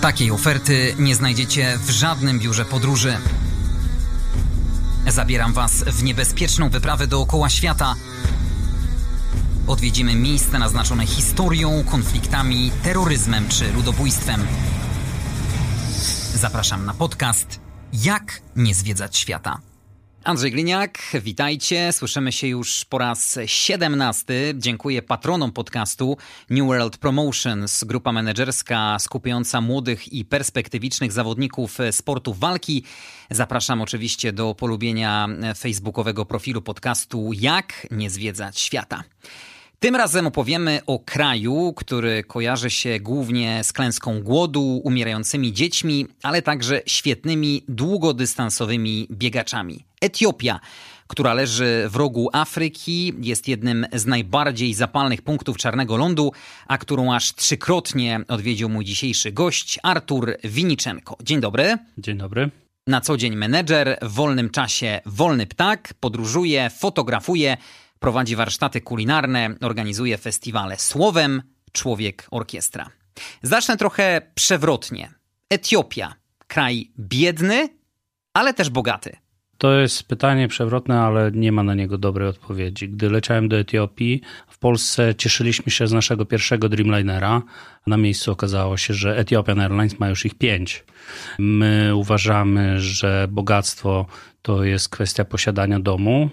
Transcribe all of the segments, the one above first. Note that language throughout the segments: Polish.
Takiej oferty nie znajdziecie w żadnym biurze podróży. Zabieram Was w niebezpieczną wyprawę dookoła świata. Odwiedzimy miejsca naznaczone historią, konfliktami, terroryzmem czy ludobójstwem. Zapraszam na podcast Jak nie zwiedzać świata. Andrzej Gliniak, witajcie. Słyszymy się już po raz 17. Dziękuję patronom podcastu New World Promotions, grupa menedżerska skupiająca młodych i perspektywicznych zawodników sportów walki. Zapraszam oczywiście do polubienia facebookowego profilu podcastu Jak nie zwiedzać świata. Tym razem opowiemy o kraju, który kojarzy się głównie z klęską głodu, umierającymi dziećmi, ale także świetnymi, długodystansowymi biegaczami. Etiopia, która leży w rogu Afryki, jest jednym z najbardziej zapalnych punktów Czarnego Lądu, a którą aż 3-krotnie odwiedził mój dzisiejszy gość, Artur Winiczenko. Dzień dobry. Dzień dobry. Na co dzień menedżer, w wolnym czasie wolny ptak, podróżuje, fotografuje, prowadzi warsztaty kulinarne, organizuje festiwale. Słowem, człowiek orkiestra. Zacznę trochę przewrotnie. Etiopia, kraj biedny, ale też bogaty. To jest pytanie przewrotne, ale nie ma na niego dobrej odpowiedzi. Gdy leciałem do Etiopii, w Polsce cieszyliśmy się z naszego pierwszego Dreamlinera. Na miejscu okazało się, że Ethiopian Airlines ma już ich 5. My uważamy, że bogactwo to jest kwestia posiadania domu.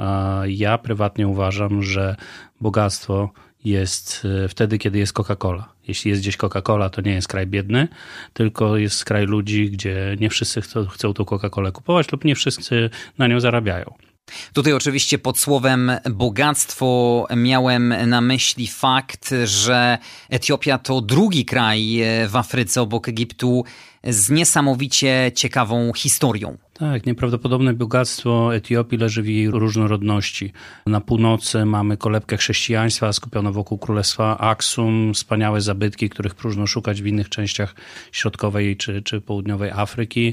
Ja prywatnie uważam, że bogactwo jest wtedy, kiedy jest Coca-Cola. Jeśli jest gdzieś Coca-Cola, to nie jest kraj biedny, tylko jest kraj ludzi, gdzie nie wszyscy chcą tą Coca-Colę kupować lub nie wszyscy na nią zarabiają. Tutaj oczywiście pod słowem bogactwo miałem na myśli fakt, że Etiopia to drugi kraj w Afryce obok Egiptu z niesamowicie ciekawą historią. Tak, nieprawdopodobne bogactwo Etiopii leży w jej różnorodności. Na północy mamy kolebkę chrześcijaństwa skupioną wokół królestwa Aksum, wspaniałe zabytki, których próżno szukać w innych częściach środkowej czy południowej Afryki.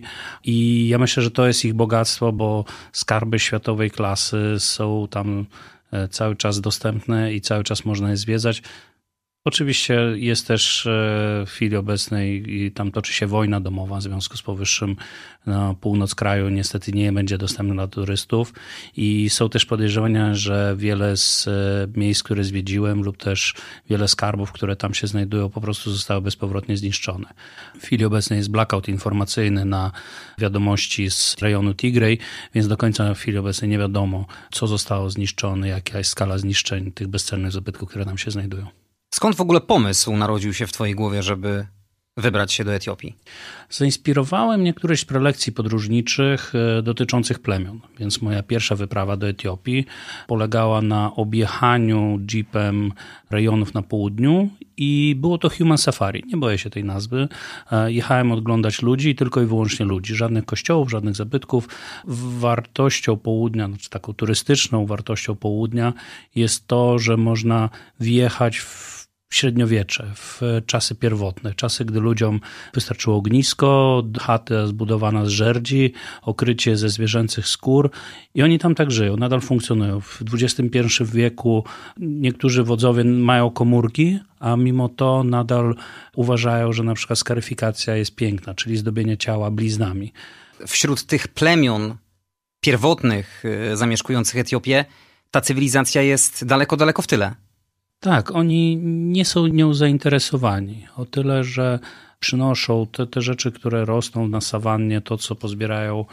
I ja myślę, że to jest ich bogactwo, bo skarby światowej klasy są tam cały czas dostępne i cały czas można je zwiedzać. Oczywiście jest też w chwili obecnej i tam toczy się wojna domowa, w związku z powyższym północ kraju niestety nie będzie dostępna dla turystów i są też podejrzenia, że wiele z miejsc, które zwiedziłem lub też wiele skarbów, które tam się znajdują, po prostu zostały bezpowrotnie zniszczone. W chwili obecnej jest blackout informacyjny na wiadomości z rejonu Tigray, więc do końca w chwili obecnej nie wiadomo, co zostało zniszczone, jaka jest skala zniszczeń tych bezcennych zabytków, które tam się znajdują. Skąd w ogóle pomysł narodził się w twojej głowie, żeby wybrać się do Etiopii? Zainspirowałem mnie któreś z prelekcji podróżniczych dotyczących plemion, więc moja pierwsza wyprawa do Etiopii polegała na objechaniu jeepem rejonów na południu i było to Human Safari, nie boję się tej nazwy. Jechałem oglądać ludzi, tylko i wyłącznie ludzi, żadnych kościołów, żadnych zabytków. Wartością południa, znaczy taką turystyczną wartością południa jest to, że można wjechać w średniowiecze, w czasy pierwotne, czasy, gdy ludziom wystarczyło ognisko, chata zbudowana z żerdzi, okrycie ze zwierzęcych skór i oni tam tak żyją, nadal funkcjonują. W XXI wieku niektórzy wodzowie mają komórki, a mimo to nadal uważają, że na przykład skaryfikacja jest piękna, czyli zdobienie ciała bliznami. Wśród tych plemion pierwotnych zamieszkujących Etiopię ta cywilizacja jest daleko, daleko w tyle. Tak, oni nie są nią zainteresowani. O tyle, że przynoszą te rzeczy, które rosną na sawannie, to co pozbierają,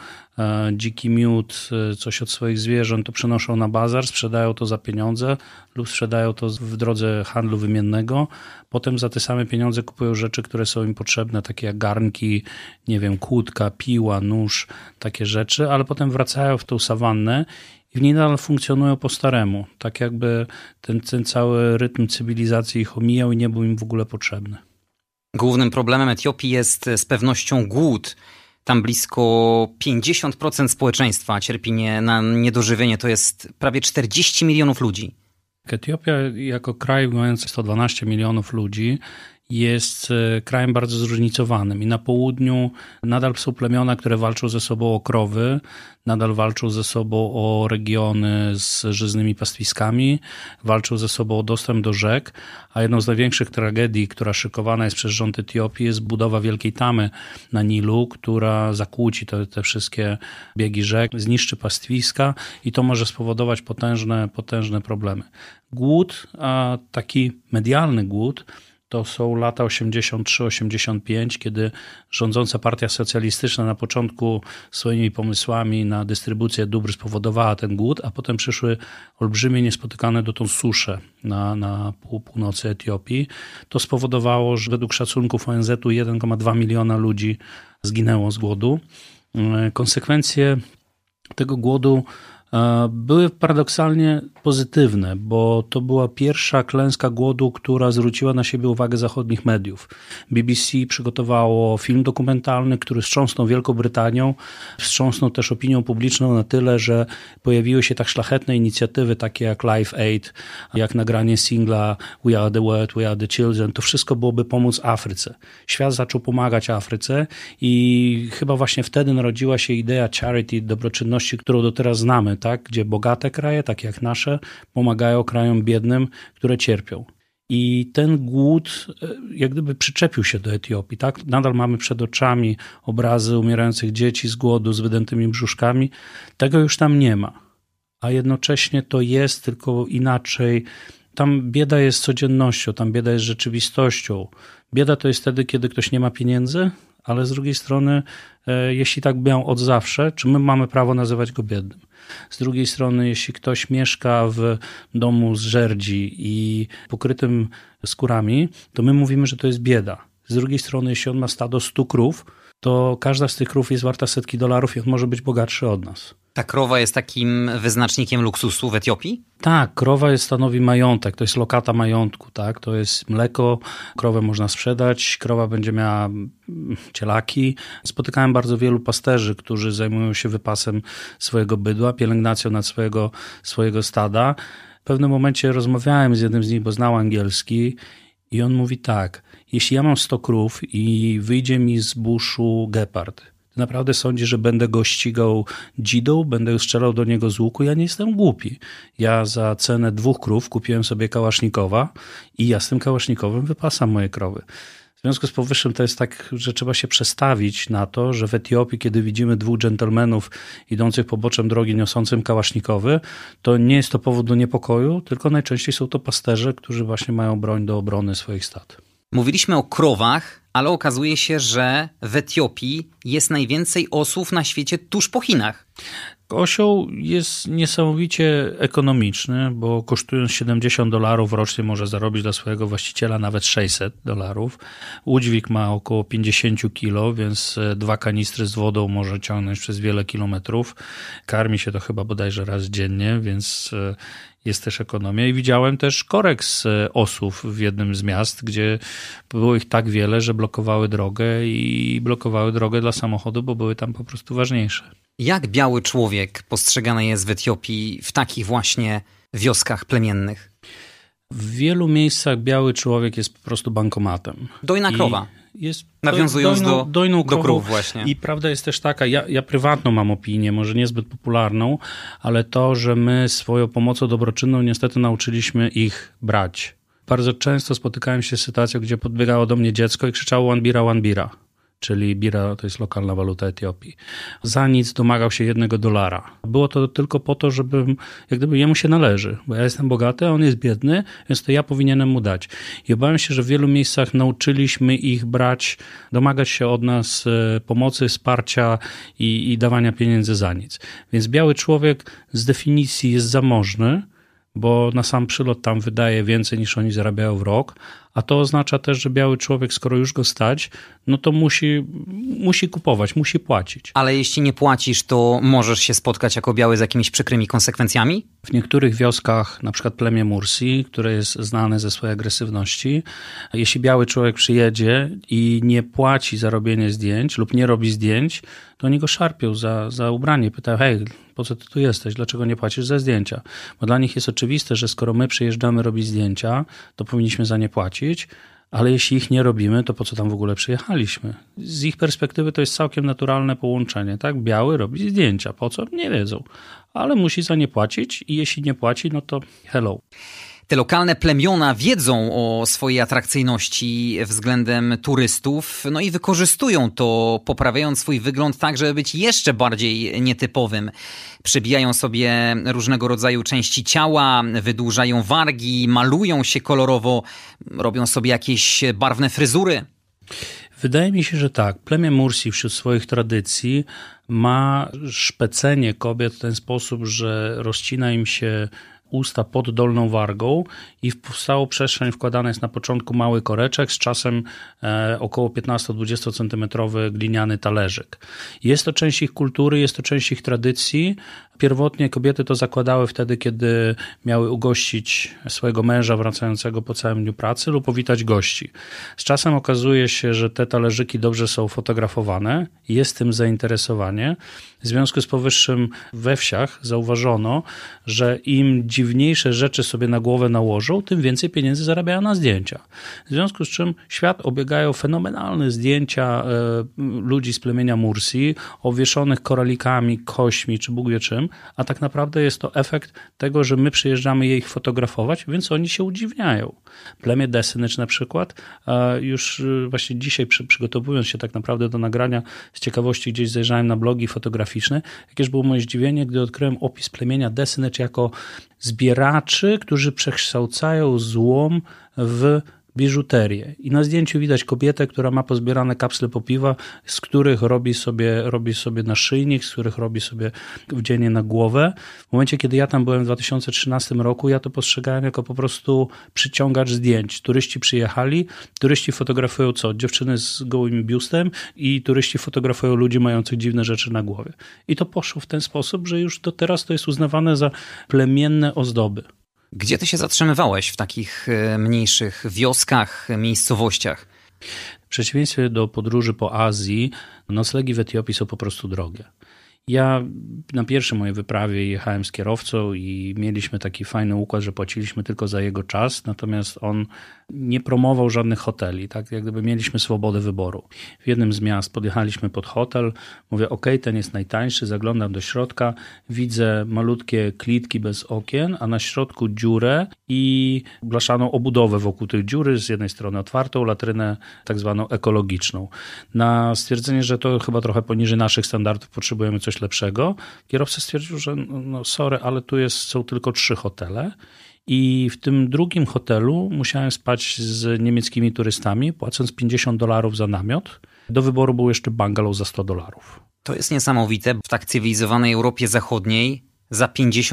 dziki miód, coś od swoich zwierząt, to przynoszą na bazar, sprzedają to za pieniądze lub sprzedają to w drodze handlu wymiennego. Potem za te same pieniądze kupują rzeczy, które są im potrzebne, takie jak garnki, nie wiem, kłódka, piła, nóż, takie rzeczy, ale potem wracają w tą sawannę i w niej nadal funkcjonują po staremu. Tak jakby ten cały rytm cywilizacji ich omijał i nie był im w ogóle potrzebny. Głównym problemem Etiopii jest z pewnością głód. Tam blisko 50% społeczeństwa cierpi na niedożywienie. To jest prawie 40 milionów ludzi. Etiopia jako kraj mający 112 milionów ludzi jest krajem bardzo zróżnicowanym i na południu nadal są plemiona, które walczą ze sobą o krowy, nadal walczą ze sobą o regiony z żyznymi pastwiskami, walczą ze sobą o dostęp do rzek, a jedną z największych tragedii, która szykowana jest przez rząd Etiopii, jest budowa wielkiej tamy na Nilu, która zakłóci te wszystkie biegi rzek, zniszczy pastwiska i to może spowodować potężne problemy. Głód, a taki medialny głód, to są lata 83-85, kiedy rządząca partia socjalistyczna na początku swoimi pomysłami na dystrybucję dóbr spowodowała ten głód, a potem przyszły olbrzymie, niespotykane dotąd susze na północy Etiopii. To spowodowało, że według szacunków ONZ-u 1,2 miliona ludzi zginęło z głodu. Konsekwencje tego głodu były paradoksalnie pozytywne, bo to była pierwsza klęska głodu, która zwróciła na siebie uwagę zachodnich mediów. BBC przygotowało film dokumentalny, który wstrząsnął Wielką Brytanią, wstrząsnął też opinią publiczną na tyle, że pojawiły się tak szlachetne inicjatywy, takie jak Live Aid, jak nagranie singla We Are The World, We Are The Children. To wszystko byłoby pomóc Afryce. Świat zaczął pomagać Afryce i chyba właśnie wtedy narodziła się idea charity, dobroczynności, którą do teraz znamy, tak? Gdzie bogate kraje, takie jak nasze, pomagają krajom biednym, które cierpią. I ten głód jak gdyby przyczepił się do Etiopii. Tak? Nadal mamy przed oczami obrazy umierających dzieci z głodu, z wydętymi brzuszkami. Tego już tam nie ma. A jednocześnie to jest tylko inaczej. Tam bieda jest codziennością, tam bieda jest rzeczywistością. Bieda to jest wtedy, kiedy ktoś nie ma pieniędzy, ale z drugiej strony, jeśli tak miał od zawsze, czy my mamy prawo nazywać go biednym? Z drugiej strony, jeśli ktoś mieszka w domu z żerdzi i pokrytym skórami, to my mówimy, że to jest bieda. Z drugiej strony, jeśli on ma stado 100 krów, to każda z tych krów jest warta setki dolarów i on może być bogatszy od nas. Ta krowa jest takim wyznacznikiem luksusu w Etiopii? Tak, krowa stanowi majątek, to jest lokata majątku, tak? To jest mleko, krowę można sprzedać, krowa będzie miała cielaki. Spotykałem bardzo wielu pasterzy, którzy zajmują się wypasem swojego bydła, pielęgnacją nad swojego stada. W pewnym momencie rozmawiałem z jednym z nich, bo znał angielski i on mówi tak, jeśli ja mam 100 krów i wyjdzie mi z buszu gepard, ty naprawdę sądzisz, że będę go ścigał dzidą, będę strzelał do niego z łuku? Ja nie jestem głupi. Ja za cenę 2 krów kupiłem sobie kałasznikowa i ja z tym kałasznikowym wypasam moje krowy. W związku z powyższym to jest tak, że trzeba się przestawić na to, że w Etiopii, kiedy widzimy 2 dżentelmenów idących poboczem drogi niosącym kałasznikowy, to nie jest to powód do niepokoju, tylko najczęściej są to pasterze, którzy właśnie mają broń do obrony swoich stad. Mówiliśmy o krowach, ale okazuje się, że w Etiopii jest najwięcej osów na świecie tuż po Chinach. Osioł jest niesamowicie ekonomiczny, bo kosztując $70 rocznie może zarobić dla swojego właściciela nawet $600. Udźwig ma około 50 kg, więc 2 kanistry z wodą może ciągnąć przez wiele kilometrów. Karmi się to chyba bodajże raz dziennie, więc jest też ekonomia. I widziałem też korek z osów w jednym z miast, gdzie było ich tak wiele, że blokowały drogę dla samochodu, bo były tam po prostu ważniejsze. Jak biały człowiek postrzegany jest w Etiopii w takich właśnie wioskach plemiennych? W wielu miejscach biały człowiek jest po prostu bankomatem. Dojna krowa. Nawiązując do krów właśnie. I prawda jest też taka, ja prywatną mam opinię, może niezbyt popularną, ale to, że my swoją pomocą dobroczynną niestety nauczyliśmy ich brać. Bardzo często spotykałem się z sytuacją, gdzie podbiegało do mnie dziecko i krzyczało "Wanbira, Wanbira", czyli bira to jest lokalna waluta Etiopii. Za nic domagał się $1. Było to tylko po to, żebym, jak gdyby jemu się należy, bo ja jestem bogaty, a on jest biedny, więc to ja powinienem mu dać. I obawiam się, że w wielu miejscach nauczyliśmy ich brać, domagać się od nas pomocy, wsparcia i dawania pieniędzy za nic. Więc biały człowiek z definicji jest zamożny, bo na sam przylot tam wydaje więcej niż oni zarabiają w rok, a to oznacza też, że biały człowiek, skoro już go stać, no to musi kupować, musi płacić. Ale jeśli nie płacisz, to możesz się spotkać jako biały z jakimiś przykrymi konsekwencjami? W niektórych wioskach, na przykład plemię Mursi, które jest znane ze swojej agresywności, jeśli biały człowiek przyjedzie i nie płaci za robienie zdjęć lub nie robi zdjęć, to oni go szarpią za ubranie. Pytają, hej, po co ty tu jesteś? Dlaczego nie płacisz za zdjęcia? Bo dla nich jest oczywiste, że skoro my przyjeżdżamy robić zdjęcia, to powinniśmy za nie płacić, Ale jeśli ich nie robimy, to po co tam w ogóle przyjechaliśmy? Z ich perspektywy to jest całkiem naturalne połączenie, tak? Biały robi zdjęcia. Po co? Nie wiedzą. Ale musi za nie płacić i jeśli nie płaci, no to hello. Te lokalne plemiona wiedzą o swojej atrakcyjności względem turystów, no i wykorzystują to, poprawiając swój wygląd tak, żeby być jeszcze bardziej nietypowym. Przebijają sobie różnego rodzaju części ciała, wydłużają wargi, malują się kolorowo, robią sobie jakieś barwne fryzury. Wydaje mi się, że tak. Plemię Mursi wśród swoich tradycji ma szpecenie kobiet w ten sposób, że rozcina im się usta pod dolną wargą i w powstałą przestrzeń wkładany jest na początku mały koreczek, z czasem około 15-20 centymetrowy gliniany talerzyk. Jest to część ich kultury, jest to część ich tradycji. Pierwotnie kobiety to zakładały wtedy, kiedy miały ugościć swojego męża wracającego po całym dniu pracy lub powitać gości. Z czasem okazuje się, że te talerzyki dobrze są fotografowane, jest tym zainteresowanie. W związku z powyższym we wsiach zauważono, że im dziwniejsze rzeczy sobie na głowę nałożą, tym więcej pieniędzy zarabiają na zdjęcia. W związku z czym świat obiegają fenomenalne zdjęcia ludzi z plemienia Mursi, owieszonych koralikami, kośćmi czy Bóg wie czym, a tak naprawdę jest to efekt tego, że my przyjeżdżamy je ich fotografować, więc oni się udziwniają. Plemię Desynycz na przykład, już właśnie dzisiaj przygotowując się tak naprawdę do nagrania, z ciekawości gdzieś zajrzałem na blogi fotograficzne, jakież było moje zdziwienie, gdy odkryłem opis plemienia Desynycz jako zbieraczy, którzy przekształcają złom w biżuterię. I na zdjęciu widać kobietę, która ma pozbierane kapsle popiwa, z których robi sobie naszyjnik, z których robi sobie wdzienie na głowę. W momencie, kiedy ja tam byłem w 2013 roku, ja to postrzegałem jako po prostu przyciągacz zdjęć. Turyści przyjechali, turyści fotografują co? Dziewczyny z gołym biustem i turyści fotografują ludzi mających dziwne rzeczy na głowie. I to poszło w ten sposób, że już do teraz to jest uznawane za plemienne ozdoby. Gdzie ty się zatrzymywałeś w takich mniejszych wioskach, miejscowościach? W przeciwieństwie do podróży po Azji, noclegi w Etiopii są po prostu drogie. Ja na pierwszej mojej wyprawie jechałem z kierowcą i mieliśmy taki fajny układ, że płaciliśmy tylko za jego czas, natomiast on nie promował żadnych hoteli, tak jak gdyby mieliśmy swobodę wyboru. W jednym z miast podjechaliśmy pod hotel, mówię ten jest najtańszy, zaglądam do środka, widzę malutkie klitki bez okien, a na środku dziurę i blaszaną obudowę wokół tej dziury, z jednej strony otwartą, latrynę tak zwaną ekologiczną. Na stwierdzenie, że to chyba trochę poniżej naszych standardów, potrzebujemy coś lepszego, kierowca stwierdził, że sorry, ale tu są tylko 3 hotele. I w tym drugim hotelu musiałem spać z niemieckimi turystami, płacąc $50 za namiot. Do wyboru był jeszcze bungalow za $100. To jest niesamowite. W tak cywilizowanej Europie Zachodniej za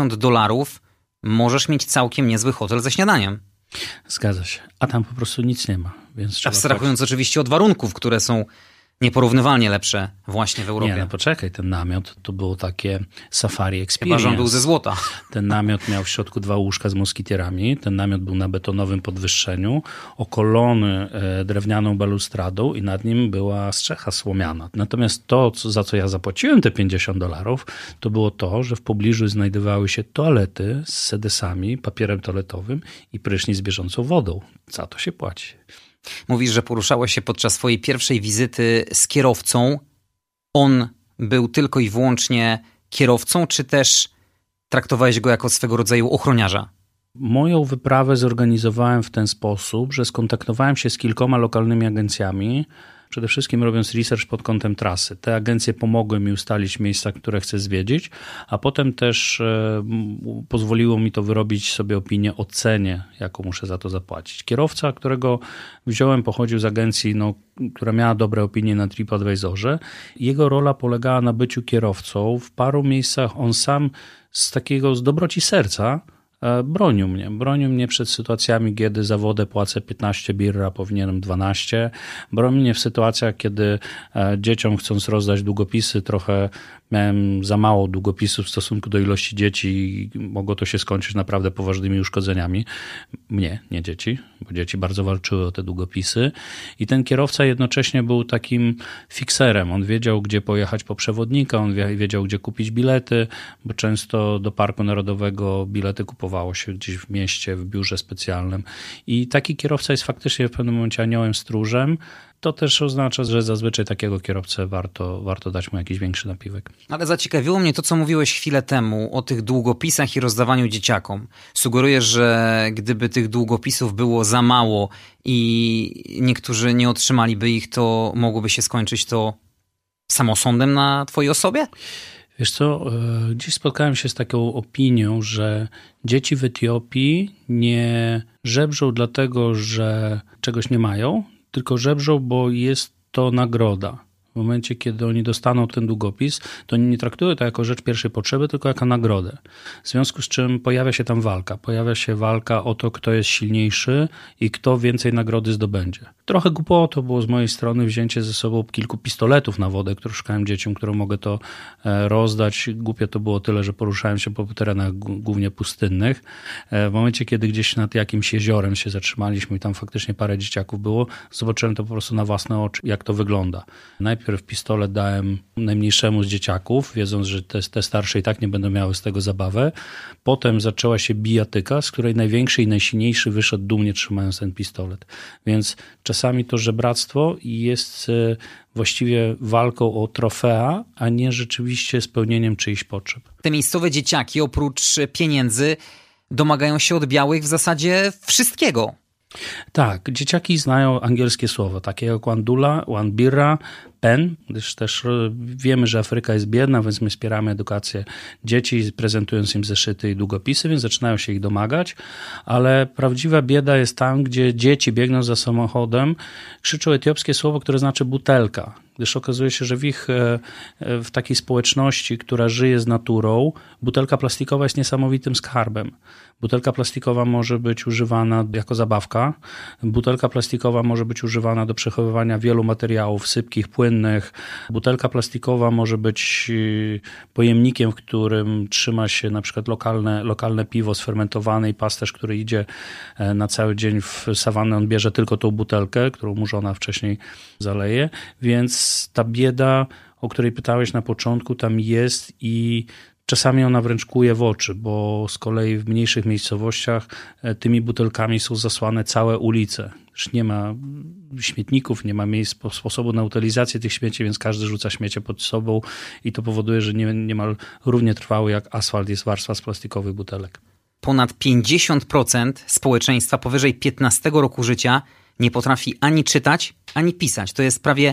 $50 możesz mieć całkiem niezły hotel ze śniadaniem. Zgadza się. A tam po prostu nic nie ma. Więc abstrahując oczywiście od warunków, które są nieporównywalnie lepsze właśnie w Europie. Nie, no poczekaj, ten namiot to było takie safari experience. Chyba, że on był ze złota. Ten namiot miał w środku 2 łóżka z moskitierami. Ten namiot był na betonowym podwyższeniu, okolony drewnianą balustradą i nad nim była strzecha słomiana. Natomiast to, za co ja zapłaciłem te $50, to było to, że w pobliżu znajdowały się toalety z sedesami, papierem toaletowym i prysznic z bieżącą wodą. Za to się płaci. Mówisz, że poruszałeś się podczas swojej pierwszej wizyty z kierowcą. On był tylko i wyłącznie kierowcą, czy też traktowałeś go jako swego rodzaju ochroniarza? Moją wyprawę zorganizowałem w ten sposób, że skontaktowałem się z kilkoma lokalnymi agencjami, przede wszystkim robiąc research pod kątem trasy. Te agencje pomogły mi ustalić miejsca, które chcę zwiedzić, a potem też pozwoliło mi to wyrobić sobie opinię o cenie, jaką muszę za to zapłacić. Kierowca, którego wziąłem, pochodził z agencji, która miała dobre opinie na TripAdvisorze. Jego rola polegała na byciu kierowcą. W paru miejscach on sam z dobroci serca bronił mnie przed sytuacjami, kiedy za wodę płacę 15 birr, a powinienem 12. Bronił mnie w sytuacjach, kiedy dzieciom, chcąc rozdać długopisy, trochę miałem za mało długopisów w stosunku do ilości dzieci i mogło to się skończyć naprawdę poważnymi uszkodzeniami. Mnie, nie dzieci, bo dzieci bardzo walczyły o te długopisy. I ten kierowca jednocześnie był takim fikserem. On wiedział, gdzie pojechać po przewodnika, on wiedział, gdzie kupić bilety, bo często do Parku Narodowego bilety kupowałem skupowało się gdzieś w mieście, w biurze specjalnym. I taki kierowca jest faktycznie w pewnym momencie aniołem stróżem. To też oznacza, że zazwyczaj takiego kierowcę warto dać mu jakiś większy napiwek. Ale zaciekawiło mnie to, co mówiłeś chwilę temu o tych długopisach i rozdawaniu dzieciakom. Sugerujesz, że gdyby tych długopisów było za mało i niektórzy nie otrzymaliby ich, to mogłoby się skończyć to samosądem na twojej osobie? Wiesz co, dziś spotkałem się z taką opinią, że dzieci w Etiopii nie żebrzą dlatego, że czegoś nie mają, tylko żebrzą, bo jest to nagroda. W momencie, kiedy oni dostaną ten długopis, to oni nie traktują to jako rzecz pierwszej potrzeby, tylko jako nagrodę. W związku z czym pojawia się tam walka. Pojawia się walka o to, kto jest silniejszy i kto więcej nagrody zdobędzie. Trochę głupotą było z mojej strony wzięcie ze sobą kilku pistoletów na wodę, które szukałem dzieciom, które mogę to rozdać. Głupie to było tyle, że poruszałem się po terenach głównie pustynnych. W momencie, kiedy gdzieś nad jakimś jeziorem się zatrzymaliśmy i tam faktycznie parę dzieciaków było, zobaczyłem to po prostu na własne oczy, jak to wygląda. Najpierw pistolet dałem najmniejszemu z dzieciaków, wiedząc, że te starsze i tak nie będą miały z tego zabawę. Potem zaczęła się bijatyka, z której największy i najsilniejszy wyszedł dumnie trzymając ten pistolet. Więc czasami to żebractwo jest właściwie walką o trofea, a nie rzeczywiście spełnieniem czyichś potrzeb. Te miejscowe dzieciaki oprócz pieniędzy domagają się od białych w zasadzie wszystkiego. Tak, dzieciaki znają angielskie słowa, takie jak wandula, wandbira, pen, gdyż też wiemy, że Afryka jest biedna, więc my wspieramy edukację dzieci, prezentując im zeszyty i długopisy, więc zaczynają się ich domagać, ale prawdziwa bieda jest tam, gdzie dzieci biegną za samochodem, krzyczą etiopskie słowo, które znaczy butelka, gdyż okazuje się, że w takiej społeczności, która żyje z naturą, butelka plastikowa jest niesamowitym skarbem. Butelka plastikowa może być używana jako zabawka. Butelka plastikowa może być używana do przechowywania wielu materiałów sypkich, płynnych. Butelka plastikowa może być pojemnikiem, w którym trzyma się na przykład lokalne piwo sfermentowane i pasterz, który idzie na cały dzień w sawannę, on bierze tylko tą butelkę, którą mu żona wcześniej zaleje. Więc ta bieda, o której pytałeś na początku, tam jest i czasami ona wręcz kłuje w oczy, bo z kolei w mniejszych miejscowościach tymi butelkami są zasłane całe ulice. Już nie ma śmietników, nie ma miejsc, sposobu na utylizację tych śmieci, więc każdy rzuca śmiecie pod sobą i to powoduje, że niemal równie trwały jak asfalt jest warstwa z plastikowych butelek. Ponad 50% społeczeństwa powyżej 15 roku życia nie potrafi ani czytać, ani pisać. To jest prawie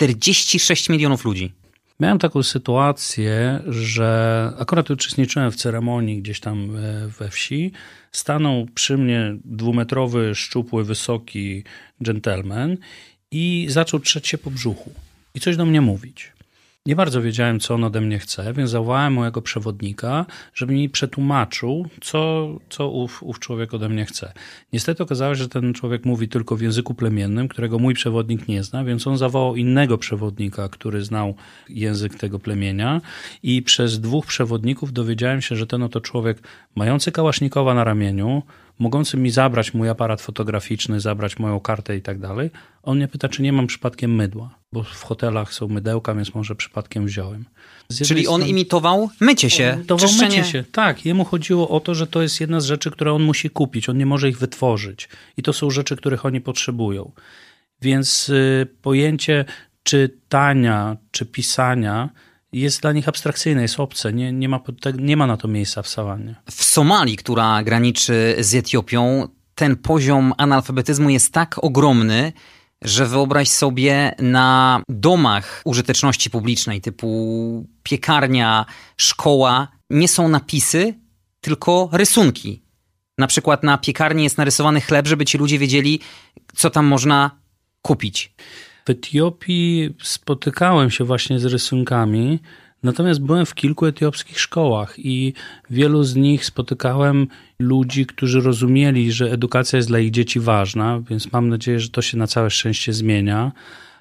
46 milionów ludzi. Miałem taką sytuację, że akurat uczestniczyłem w ceremonii gdzieś tam we wsi. Stanął przy mnie 2-metrowy, szczupły, wysoki dżentelmen i zaczął trzeć się po brzuchu i coś do mnie mówić. Nie bardzo wiedziałem, co on ode mnie chce, więc zawołałem mojego przewodnika, żeby mi przetłumaczył, co ów człowiek ode mnie chce. Niestety okazało się, że ten człowiek mówi tylko w języku plemiennym, którego mój przewodnik nie zna, więc on zawołał innego przewodnika, który znał język tego plemienia i przez 2 przewodników dowiedziałem się, że ten oto człowiek mający kałasznikowa na ramieniu, mogący mi zabrać mój aparat fotograficzny, zabrać moją kartę i tak dalej, on mnie pyta, czy nie mam przypadkiem mydła, bo w hotelach są mydełka, więc może przypadkiem wziąłem. Czyli on imitował mycie się, czyszczenie. Mycie się. Tak, jemu chodziło o to, że to jest jedna z rzeczy, które on musi kupić, on nie może ich wytworzyć i to są rzeczy, których oni potrzebują. Więc pojęcie czytania czy pisania jest dla nich abstrakcyjne, jest obce, nie ma na to miejsca w sawannie. W Somalii, która graniczy z Etiopią, ten poziom analfabetyzmu jest tak ogromny, że wyobraź sobie, na domach użyteczności publicznej typu piekarnia, szkoła, nie są napisy, tylko rysunki. Na przykład na piekarni jest narysowany chleb, żeby ci ludzie wiedzieli, co tam można kupić. W Etiopii spotykałem się właśnie z rysunkami, natomiast byłem w kilku etiopskich szkołach i wielu z nich spotykałem ludzi, którzy rozumieli, że edukacja jest dla ich dzieci ważna, więc mam nadzieję, że to się na całe szczęście zmienia,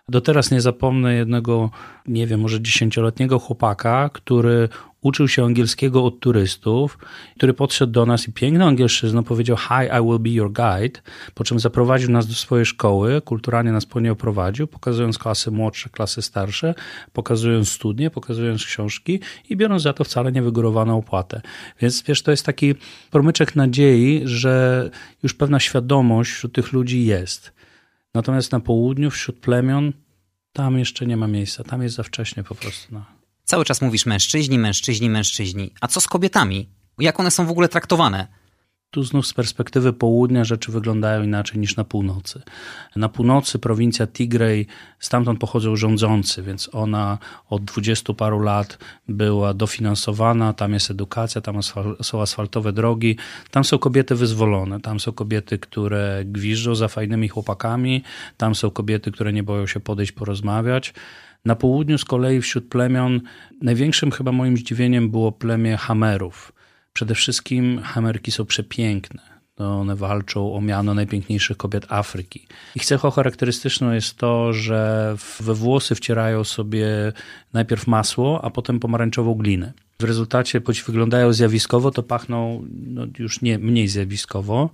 Do teraz nie zapomnę jednego, nie wiem, może 10-letniego chłopaka, który uczył się angielskiego od turystów, który podszedł do nas i piękną angielszczyzną powiedział "Hi, I will be your guide", po czym zaprowadził nas do swojej szkoły, kulturalnie nas po niej oprowadził, pokazując klasy młodsze, klasy starsze, pokazując studnie, pokazując książki i biorąc za to wcale niewygórowaną opłatę. Więc wiesz, to jest taki promyczek nadziei, że już pewna świadomość wśród tych ludzi jest. Natomiast na południu, wśród plemion, tam jeszcze nie ma miejsca, tam jest za wcześnie po prostu. Cały czas mówisz mężczyźni, mężczyźni, mężczyźni. A co z kobietami? Jak one są w ogóle traktowane? Tu znów z perspektywy południa rzeczy wyglądają inaczej niż na północy. Na północy prowincja Tigray, stamtąd pochodzą rządzący, więc ona od 20 paru lat była dofinansowana, tam jest edukacja, tam są asfaltowe drogi, tam są kobiety wyzwolone, tam są kobiety, które gwiżdżą za fajnymi chłopakami, tam są kobiety, które nie boją się podejść, porozmawiać. Na południu z kolei wśród plemion największym chyba moim zdziwieniem było plemię Hamerów. Przede wszystkim Hamerki są przepiękne. One walczą o miano najpiękniejszych kobiet Afryki. Ich cechą charakterystyczną jest to, że we włosy wcierają sobie najpierw masło, a potem pomarańczową glinę. W rezultacie, choć wyglądają zjawiskowo, to pachną już nie mniej zjawiskowo.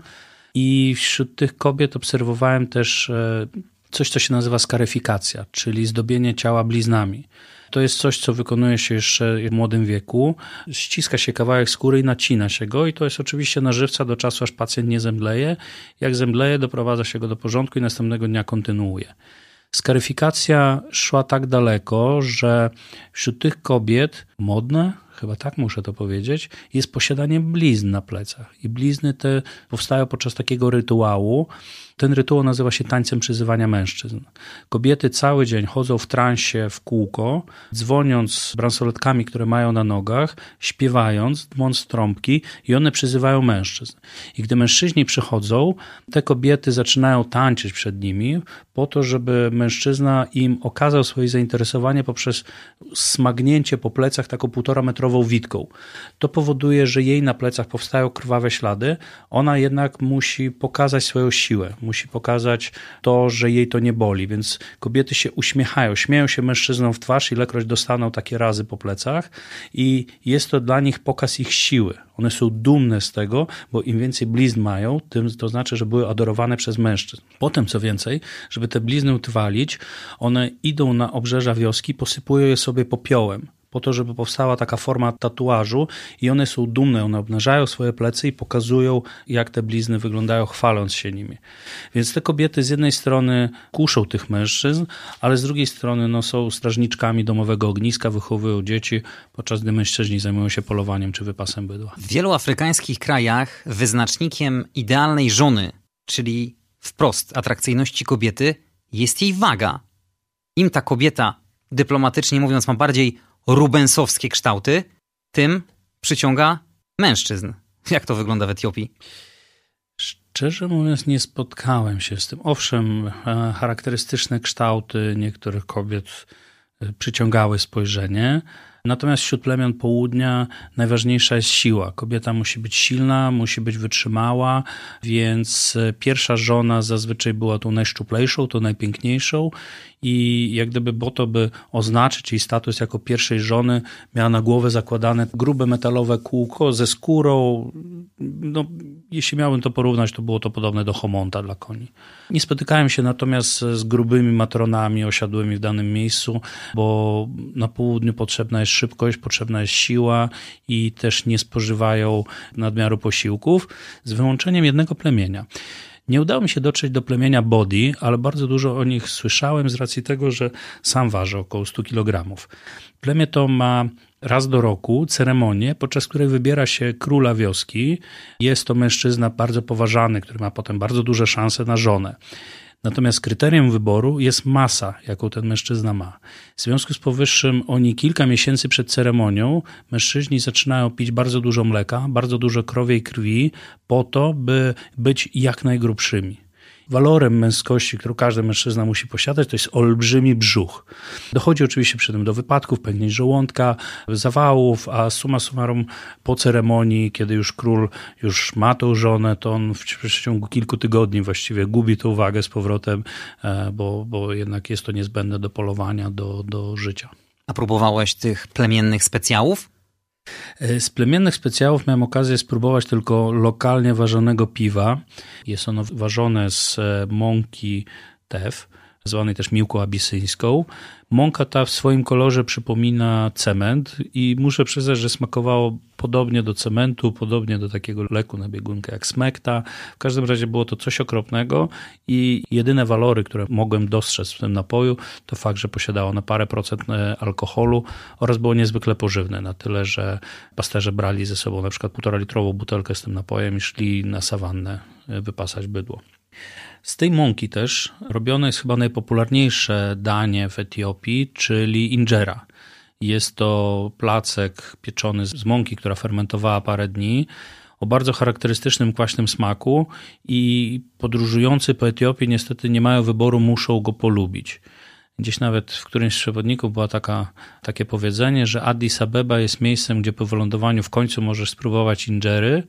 I wśród tych kobiet obserwowałem też coś, co się nazywa skaryfikacja, czyli zdobienie ciała bliznami. To jest coś, co wykonuje się jeszcze w młodym wieku. Ściska się kawałek skóry i nacina się go i to jest oczywiście nażywca do czasu, aż pacjent nie zemdleje. Jak zemdleje, doprowadza się go do porządku i następnego dnia kontynuuje. Skaryfikacja szła tak daleko, że wśród tych kobiet modne, chyba tak muszę to powiedzieć, jest posiadanie blizn na plecach. I blizny te powstają podczas takiego rytuału. Ten rytuał nazywa się tańcem przyzywania mężczyzn. Kobiety cały dzień chodzą w transie w kółko, dzwoniąc bransoletkami, które mają na nogach, śpiewając, dmąc trąbki i one przyzywają mężczyzn. I gdy mężczyźni przychodzą, te kobiety zaczynają tańczyć przed nimi po to, żeby mężczyzna im okazał swoje zainteresowanie poprzez smagnięcie po plecach taką 1,5-metrową witką. To powoduje, że jej na plecach powstają krwawe ślady. Ona jednak musi pokazać swoją siłę. Musi pokazać to, że jej to nie boli, więc kobiety się uśmiechają, śmieją się mężczyznom w twarz, ilekroć dostaną takie razy po plecach i jest to dla nich pokaz ich siły. One są dumne z tego, bo im więcej blizn mają, tym to znaczy, że były adorowane przez mężczyzn. Potem, co więcej, żeby te blizny utrwalić, one idą na obrzeża wioski, posypują je sobie popiołem, po to, żeby powstała taka forma tatuażu i one są dumne, one obnażają swoje plecy i pokazują, jak te blizny wyglądają, chwaląc się nimi. Więc te kobiety z jednej strony kuszą tych mężczyzn, ale z drugiej strony są strażniczkami domowego ogniska, wychowują dzieci, podczas gdy mężczyźni zajmują się polowaniem czy wypasem bydła. W wielu afrykańskich krajach wyznacznikiem idealnej żony, czyli wprost atrakcyjności kobiety, jest jej waga. Im ta kobieta, dyplomatycznie mówiąc, ma bardziej rubensowskie kształty, tym przyciąga mężczyzn. Jak to wygląda w Etiopii? Szczerze mówiąc, nie spotkałem się z tym. Owszem, charakterystyczne kształty niektórych kobiet przyciągały spojrzenie, natomiast wśród plemion południa najważniejsza jest siła. Kobieta musi być silna, musi być wytrzymała, więc pierwsza żona zazwyczaj była tą najszczuplejszą, tą najpiękniejszą i jak gdyby po to, by oznaczyć jej status jako pierwszej żony, miała na głowę zakładane grube metalowe kółko ze skórą. Jeśli miałbym to porównać, to było to podobne do homonta dla koni. Nie spotykałem się natomiast z grubymi matronami osiadłymi w danym miejscu, bo na południu potrzebna jest szybkość, potrzebna jest siła i też nie spożywają nadmiaru posiłków, z wyłączeniem jednego plemienia. Nie udało mi się dotrzeć do plemienia Bodi, ale bardzo dużo o nich słyszałem z racji tego, że sam ważę około 100 kg. Plemię to ma raz do roku ceremonię, podczas której wybiera się króla wioski. Jest to mężczyzna bardzo poważany, który ma potem bardzo duże szanse na żonę. Natomiast kryterium wyboru jest masa, jaką ten mężczyzna ma. W związku z powyższym oni kilka miesięcy przed ceremonią mężczyźni zaczynają pić bardzo dużo mleka, bardzo dużo krowiej krwi po to, by być jak najgrubszymi. walorem męskości, którą każdy mężczyzna musi posiadać, to jest olbrzymi brzuch. Dochodzi oczywiście przy tym do wypadków, pęknięć żołądka, zawałów, a summa summarum po ceremonii, kiedy już król już ma tą żonę, to on w przeciągu kilku tygodni właściwie gubi tę uwagę z powrotem, bo jednak jest to niezbędne do polowania, do życia. A próbowałeś tych plemiennych specjałów? Z plemiennych specjałów miałem okazję spróbować tylko lokalnie ważonego piwa. Jest ono ważone z mąki teff, zwanej też miłką abisyńską. Mąka ta w swoim kolorze przypomina cement i muszę przyznać, że smakowało podobnie do cementu, podobnie do takiego leku na biegunkę jak smekta. W każdym razie było to coś okropnego i jedyne walory, które mogłem dostrzec w tym napoju, to fakt, że posiadało na parę procent alkoholu oraz było niezwykle pożywne, na tyle, że pasterze brali ze sobą na przykład 1,5-litrową butelkę z tym napojem i szli na sawannę wypasać bydło. Z tej mąki też robione jest chyba najpopularniejsze danie w Etiopii, czyli injera. Jest to placek pieczony z mąki, która fermentowała parę dni, o bardzo charakterystycznym kwaśnym smaku i podróżujący po Etiopii niestety nie mają wyboru, muszą go polubić. Gdzieś nawet w którymś z przewodników było takie powiedzenie, że Addis Abeba jest miejscem, gdzie po wylądowaniu w końcu możesz spróbować injery,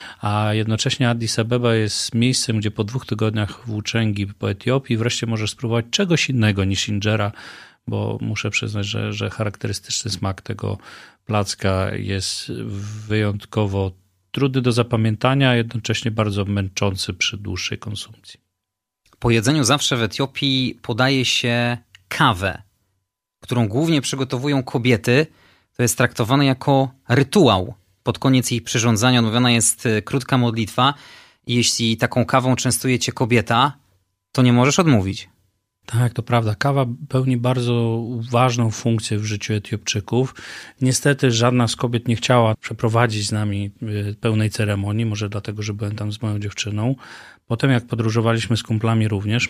a jednocześnie Addis Abeba jest miejscem, gdzie po 2 tygodniach włóczęgi po Etiopii wreszcie możesz spróbować czegoś innego niż injera, bo muszę przyznać, że charakterystyczny smak tego placka jest wyjątkowo trudny do zapamiętania, a jednocześnie bardzo męczący przy dłuższej konsumpcji. Po jedzeniu zawsze w Etiopii podaje się kawę, którą głównie przygotowują kobiety. To jest traktowane jako rytuał. Pod koniec jej przyrządzania odmawiana jest krótka modlitwa i jeśli taką kawą częstuje cię kobieta, to nie możesz odmówić. Tak, to prawda. Kawa pełni bardzo ważną funkcję w życiu Etiopczyków. Niestety żadna z kobiet nie chciała przeprowadzić z nami pełnej ceremonii, może dlatego, że byłem tam z moją dziewczyną. Potem jak podróżowaliśmy z kumplami również.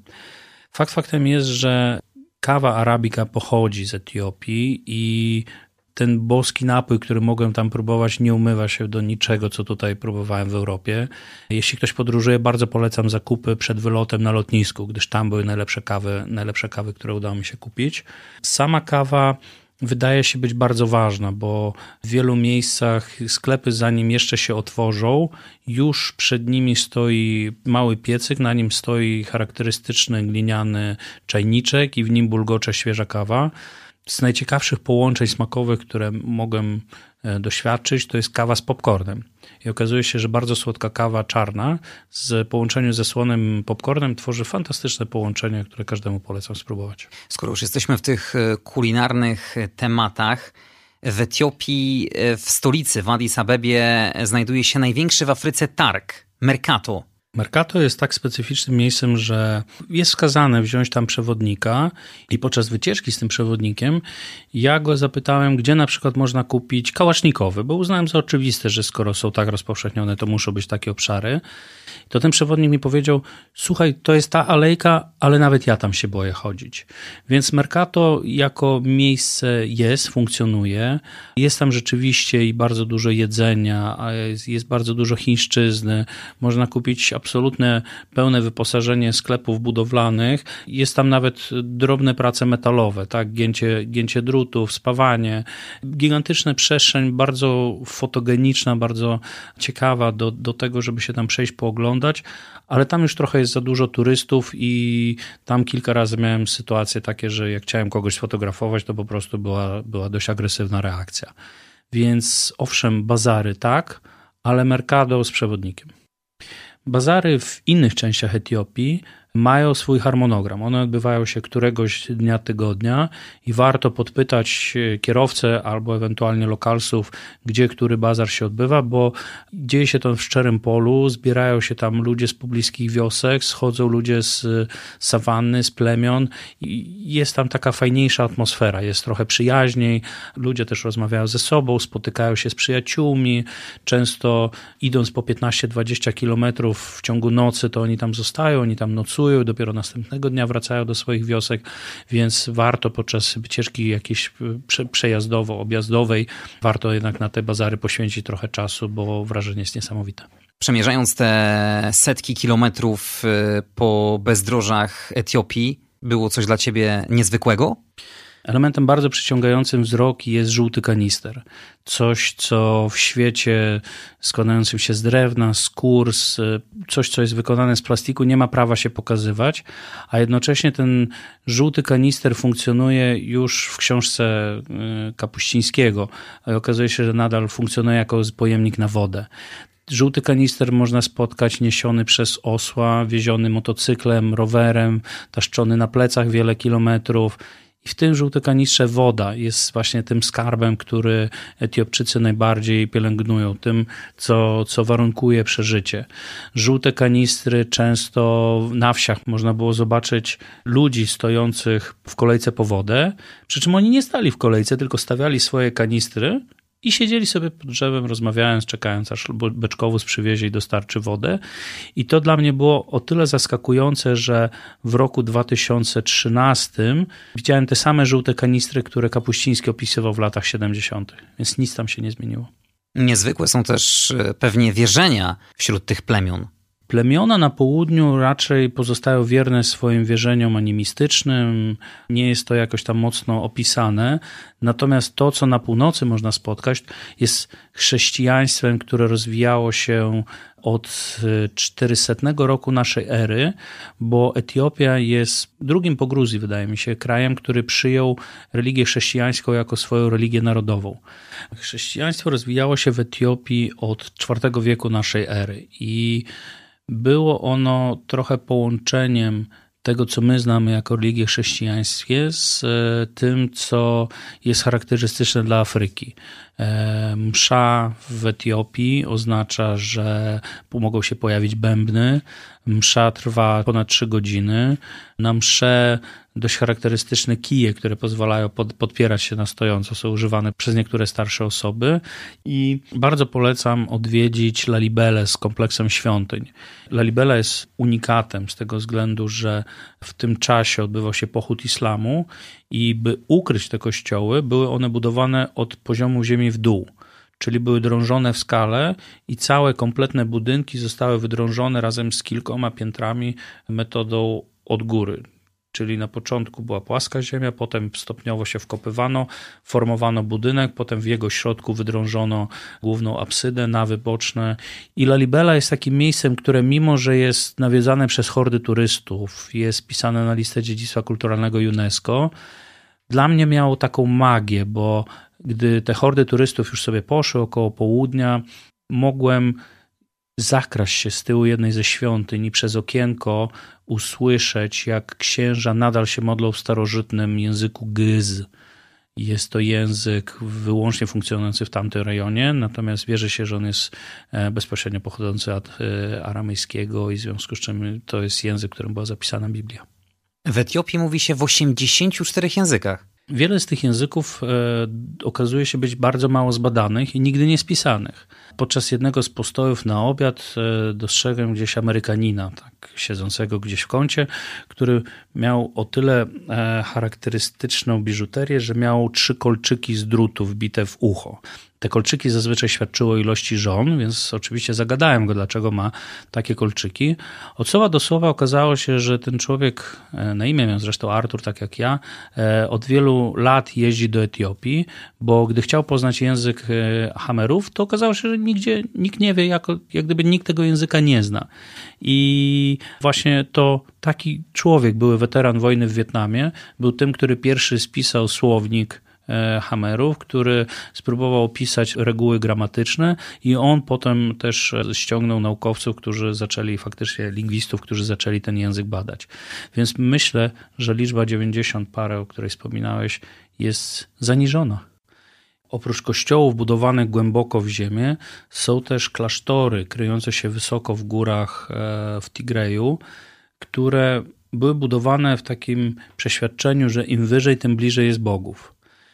Fakt faktem jest, że kawa arabika pochodzi z Etiopii i ten boski napój, który mogłem tam próbować, nie umywa się do niczego, co tutaj próbowałem w Europie. Jeśli ktoś podróżuje, bardzo polecam zakupy przed wylotem na lotnisku, gdyż tam były najlepsze kawy, które udało mi się kupić. Sama kawa wydaje się być bardzo ważna, bo w wielu miejscach sklepy, zanim jeszcze się otworzą, już przed nimi stoi mały piecyk, na nim stoi charakterystyczny gliniany czajniczek i w nim bulgocze świeża kawa. Z najciekawszych połączeń smakowych, które mogłem doświadczyć, to jest kawa z popcornem. I okazuje się, że bardzo słodka kawa czarna w połączeniu ze słonym popcornem tworzy fantastyczne połączenie, które każdemu polecam spróbować. Skoro już jesteśmy w tych kulinarnych tematach, w Etiopii, w stolicy, w Addis Abebie znajduje się największy w Afryce targ, Mercato. Mercato jest tak specyficznym miejscem, że jest wskazane wziąć tam przewodnika i podczas wycieczki z tym przewodnikiem ja go zapytałem, gdzie na przykład można kupić kałasznikowy, bo uznałem za oczywiste, że skoro są tak rozpowszechnione, to muszą być takie obszary. To ten przewodnik mi powiedział, słuchaj, to jest ta alejka, ale nawet ja tam się boję chodzić. Więc Mercato jako miejsce funkcjonuje. Jest tam rzeczywiście i bardzo dużo jedzenia, jest bardzo dużo chińszczyzny. Można kupić absolutne pełne wyposażenie sklepów budowlanych. Jest tam nawet drobne prace metalowe, tak? Gięcie drutów, spawanie. Gigantyczna przestrzeń, bardzo fotogeniczna, bardzo ciekawa do tego, żeby się tam przejść, pooglądać, ale tam już trochę jest za dużo turystów i tam kilka razy miałem sytuacje takie, że jak chciałem kogoś sfotografować, to po prostu była dość agresywna reakcja. Więc owszem, bazary tak, ale Mercado z przewodnikiem. Bazary w innych częściach Etiopii mają swój harmonogram. One odbywają się któregoś dnia tygodnia i warto podpytać kierowcę albo ewentualnie lokalsów, gdzie który bazar się odbywa, bo dzieje się to w szczerym polu, zbierają się tam ludzie z pobliskich wiosek, schodzą ludzie z sawanny, z plemion i jest tam taka fajniejsza atmosfera, jest trochę przyjaźniej, ludzie też rozmawiają ze sobą, spotykają się z przyjaciółmi, często idąc po 15-20 kilometrów w ciągu nocy, to oni tam zostają, oni tam nocują, dopiero następnego dnia wracają do swoich wiosek, więc warto podczas wycieczki jakiejś przejazdowo-objazdowej, warto jednak na te bazary poświęcić trochę czasu, bo wrażenie jest niesamowite. Przemierzając te setki kilometrów po bezdrożach Etiopii, było coś dla ciebie niezwykłego? Elementem bardzo przyciągającym wzrok jest żółty kanister. Coś, co w świecie składającym się z drewna, skór, coś, co jest wykonane z plastiku, nie ma prawa się pokazywać, a jednocześnie ten żółty kanister funkcjonuje już w książce Kapuścińskiego. Okazuje się, że nadal funkcjonuje jako pojemnik na wodę. Żółty kanister można spotkać niesiony przez osła, wieziony motocyklem, rowerem, taszczony na plecach wiele kilometrów. I w tym żółtym kanistrze woda jest właśnie tym skarbem, który Etiopczycy najbardziej pielęgnują, tym, co warunkuje przeżycie. Żółte kanistry często na wsiach można było zobaczyć ludzi stojących w kolejce po wodę, przy czym oni nie stali w kolejce, tylko stawiali swoje kanistry i siedzieli sobie pod drzewem, rozmawiając, czekając, aż beczkowóz przywiezie i dostarczy wodę. I to dla mnie było o tyle zaskakujące, że w roku 2013 widziałem te same żółte kanistry, które Kapuściński opisywał w latach 70., więc nic tam się nie zmieniło. Niezwykłe są też pewnie wierzenia wśród tych plemion. Plemiona na południu raczej pozostają wierne swoim wierzeniom animistycznym, nie jest to jakoś tam mocno opisane, natomiast to, co na północy można spotkać, jest chrześcijaństwem, które rozwijało się od 400 roku naszej ery, bo Etiopia jest drugim po Gruzji, wydaje mi się, krajem, który przyjął religię chrześcijańską jako swoją religię narodową. Chrześcijaństwo rozwijało się w Etiopii od IV wieku naszej ery i było ono trochę połączeniem tego, co my znamy jako religię chrześcijańskie, z tym, co jest charakterystyczne dla Afryki. Msza w Etiopii oznacza, że mogą się pojawić bębny. Msza trwa ponad 3 godziny. Na mszę dość charakterystyczne kije, które pozwalają podpierać się na stojąco, są używane przez niektóre starsze osoby i bardzo polecam odwiedzić Lalibelę z kompleksem świątyń. Lalibela jest unikatem z tego względu, że w tym czasie odbywał się pochód islamu i by ukryć te kościoły, były one budowane od poziomu ziemi w dół. Czyli były drążone w skale i całe kompletne budynki zostały wydrążone razem z kilkoma piętrami metodą od góry. Czyli na początku była płaska ziemia, potem stopniowo się wkopywano, formowano budynek, potem w jego środku wydrążono główną absydę, nawy boczne. I Lalibela jest takim miejscem, które mimo, że jest nawiedzane przez hordy turystów, jest pisane na listę dziedzictwa kulturalnego UNESCO, dla mnie miało taką magię, bo gdy te hordy turystów już sobie poszły około południa, mogłem zakraść się z tyłu jednej ze świątyń i przez okienko usłyszeć, jak księża nadal się modlą w starożytnym języku gyz. Jest to język wyłącznie funkcjonujący w tamtym rejonie, natomiast wierzy się, że on jest bezpośrednio pochodzący od aramejskiego i w związku z czym to jest język, którym była zapisana Biblia. W Etiopii mówi się w 84 językach. Wiele z tych języków okazuje się być bardzo mało zbadanych i nigdy nie spisanych. Podczas jednego z postojów na obiad dostrzegłem gdzieś Amerykanina, tak siedzącego gdzieś w kącie, który miał o tyle charakterystyczną biżuterię, że miał 3 kolczyki z drutu wbite w ucho. Te kolczyki zazwyczaj świadczyły o ilości żon, więc oczywiście zagadałem go, dlaczego ma takie kolczyki. Od słowa do słowa okazało się, że ten człowiek, na imię miał zresztą Artur, tak jak ja, od wielu lat jeździ do Etiopii, bo gdy chciał poznać język Hamerów, to okazało się, że nigdzie nikt nie wie, jak gdyby nikt tego języka nie zna. I właśnie to taki człowiek, były weteran wojny w Wietnamie, był tym, który pierwszy spisał słownik Hamerów, który spróbował opisać reguły gramatyczne i on potem też ściągnął naukowców, którzy zaczęli, faktycznie lingwistów, którzy zaczęli ten język badać. Więc myślę, że liczba 90 parę, o której wspominałeś, jest zaniżona. Oprócz kościołów budowanych głęboko w ziemię, są też klasztory kryjące się wysoko w górach w Tigreju, które były budowane w takim przeświadczeniu, że im wyżej, tym bliżej jest bogów.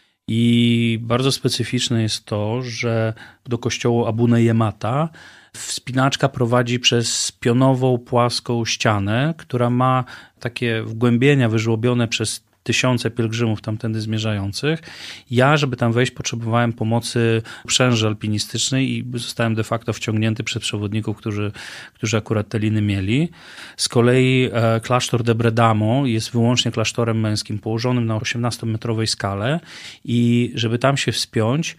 I bardzo specyficzne jest to, że do kościołu Abune Jemata wspinaczka prowadzi przez pionową, płaską ścianę, która ma takie wgłębienia wyżłobione przez tysiące pielgrzymów tamtędy zmierzających. Ja, żeby tam wejść, potrzebowałem pomocy uprzęży alpinistycznej i zostałem de facto wciągnięty przez przewodników, którzy akurat te liny mieli. Z kolei klasztor de Bredamo jest wyłącznie klasztorem męskim, położonym na 18-metrowej skale i żeby tam się wspiąć,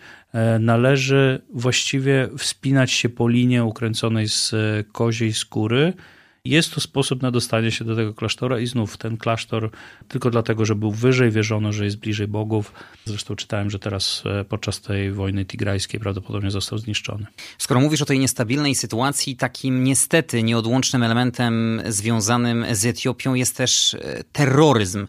należy właściwie wspinać się po linie ukręconej z koziej skóry. Jest to sposób na dostanie się do tego klasztora i znów ten klasztor tylko dlatego, że był wyżej, wierzono, że jest bliżej bogów. Zresztą czytałem, że teraz podczas tej wojny tigrajskiej prawdopodobnie został zniszczony. Skoro mówisz o tej niestabilnej sytuacji, takim niestety nieodłącznym elementem związanym z Etiopią jest też terroryzm.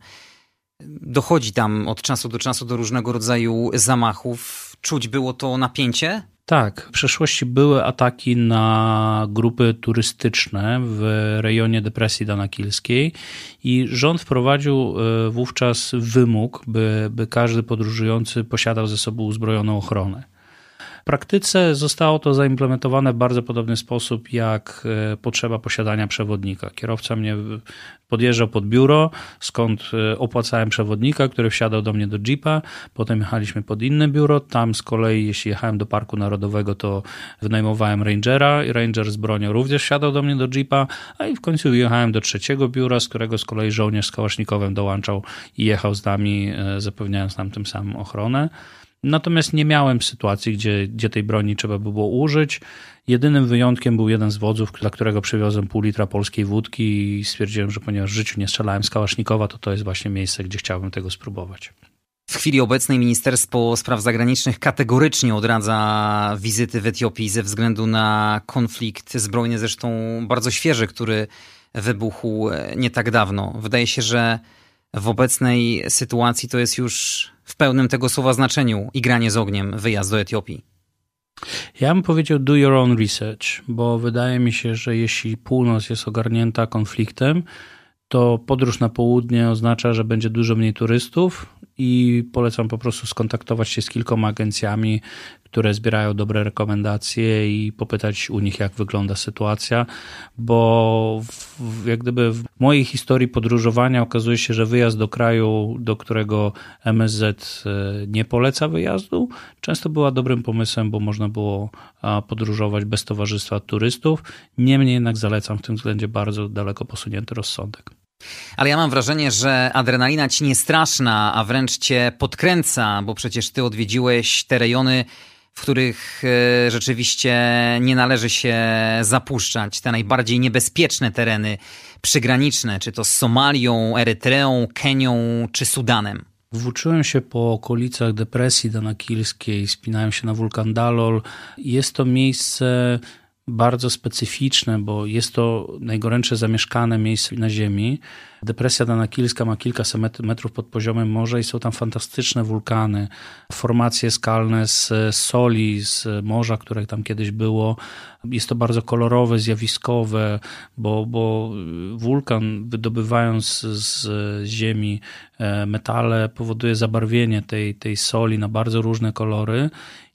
Dochodzi tam od czasu do czasu do różnego rodzaju zamachów. Czuć było to napięcie? Tak, w przeszłości były ataki na grupy turystyczne w rejonie depresji danakilskiej i rząd wprowadził wówczas wymóg, by każdy podróżujący posiadał ze sobą uzbrojoną ochronę. W praktyce zostało to zaimplementowane w bardzo podobny sposób jak potrzeba posiadania przewodnika. Kierowca mnie podjeżdżał pod biuro, skąd opłacałem przewodnika, który wsiadał do mnie do jeepa, potem jechaliśmy pod inne biuro, tam z kolei jeśli jechałem do Parku Narodowego, to wynajmowałem rangera i ranger z bronią również wsiadał do mnie do jeepa, a i w końcu jechałem do trzeciego biura, z którego z kolei żołnierz z kałasznikowem dołączał i jechał z nami, zapewniając nam tym samym ochronę. Natomiast nie miałem sytuacji, gdzie tej broni trzeba by było użyć. Jedynym wyjątkiem był jeden z wodzów, dla którego przywiozłem pół litra polskiej wódki i stwierdziłem, że ponieważ w życiu nie strzelałem z kałasznikowa, to jest właśnie miejsce, gdzie chciałbym tego spróbować. W chwili obecnej Ministerstwo Spraw Zagranicznych kategorycznie odradza wizyty w Etiopii ze względu na konflikt zbrojny, zresztą bardzo świeży, który wybuchł nie tak dawno. Wydaje się, że w obecnej sytuacji to jest już w pełnym tego słowa znaczeniu igranie z ogniem wyjazd do Etiopii. Ja bym powiedział do your own research, bo wydaje mi się, że jeśli północ jest ogarnięta konfliktem, to podróż na południe oznacza, że będzie dużo mniej turystów i polecam po prostu skontaktować się z kilkoma agencjami, które zbierają dobre rekomendacje i popytać u nich, jak wygląda sytuacja, bo jak gdyby w mojej historii podróżowania okazuje się, że wyjazd do kraju, do którego MSZ nie poleca wyjazdu, często była dobrym pomysłem, bo można było podróżować bez towarzystwa turystów. Niemniej jednak zalecam w tym względzie bardzo daleko posunięty rozsądek. Ale ja mam wrażenie, że adrenalina ci nie straszna, a wręcz cię podkręca, bo przecież ty odwiedziłeś te rejony, w których rzeczywiście nie należy się zapuszczać. Te najbardziej niebezpieczne tereny przygraniczne, czy to z Somalią, Erytreą, Kenią czy Sudanem. Włóczyłem się po okolicach depresji danakilskiej, wspinałem się na wulkan Dalol. Jest to miejsce bardzo specyficzne, bo jest to najgorętsze zamieszkane miejsce na ziemi. Depresja danakilska ma kilkaset metrów pod poziomem morza i są tam fantastyczne wulkany, formacje skalne z soli, z morza, które tam kiedyś było. Jest to bardzo kolorowe, zjawiskowe, bo wulkan, wydobywając z ziemi metale, powoduje zabarwienie tej soli na bardzo różne kolory.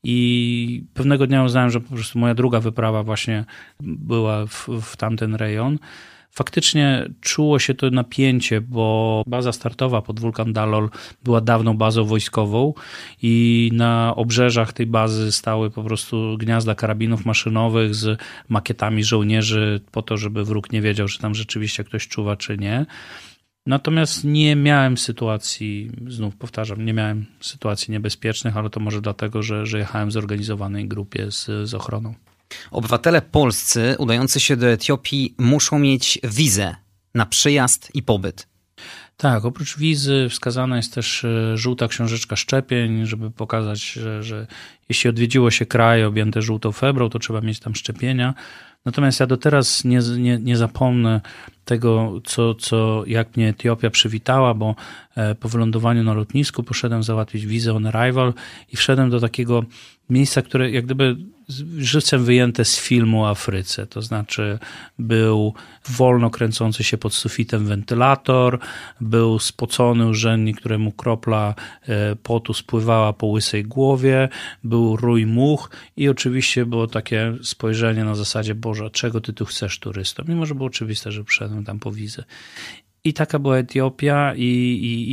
I pewnego dnia uznałem, że po prostu moja druga wyprawa właśnie była w tamten rejon. Faktycznie czuło się to napięcie, bo baza startowa pod wulkan Dalol była dawną bazą wojskową i na obrzeżach tej bazy stały po prostu gniazda karabinów maszynowych z makietami żołnierzy po to, żeby wróg nie wiedział, czy tam rzeczywiście ktoś czuwa, czy nie. Natomiast nie miałem sytuacji, znów powtarzam, nie miałem sytuacji niebezpiecznych, ale to może dlatego, że jechałem w zorganizowanej grupie z ochroną. Obywatele polscy udający się do Etiopii muszą mieć wizę na przyjazd i pobyt. Tak, oprócz wizy wskazana jest też żółta książeczka szczepień, żeby pokazać, że jeśli odwiedziło się kraj objęty żółtą febrą, to trzeba mieć tam szczepienia. Natomiast ja do teraz nie zapomnę tego, jak mnie Etiopia przywitała, bo po wylądowaniu na lotnisku poszedłem załatwić wizę on arrival i wszedłem do takiego miejsca, które jak gdyby żywcem wyjęte z filmu o Afryce. To znaczy był wolno kręcący się pod sufitem wentylator, był spocony urzędnik, któremu kropla potu spływała po łysej głowie, był rój much i oczywiście było takie spojrzenie na zasadzie: Boże, czego ty tu chcesz, turysto? Mimo że było oczywiste, że przyszedłem tam po wizę. I taka była Etiopia i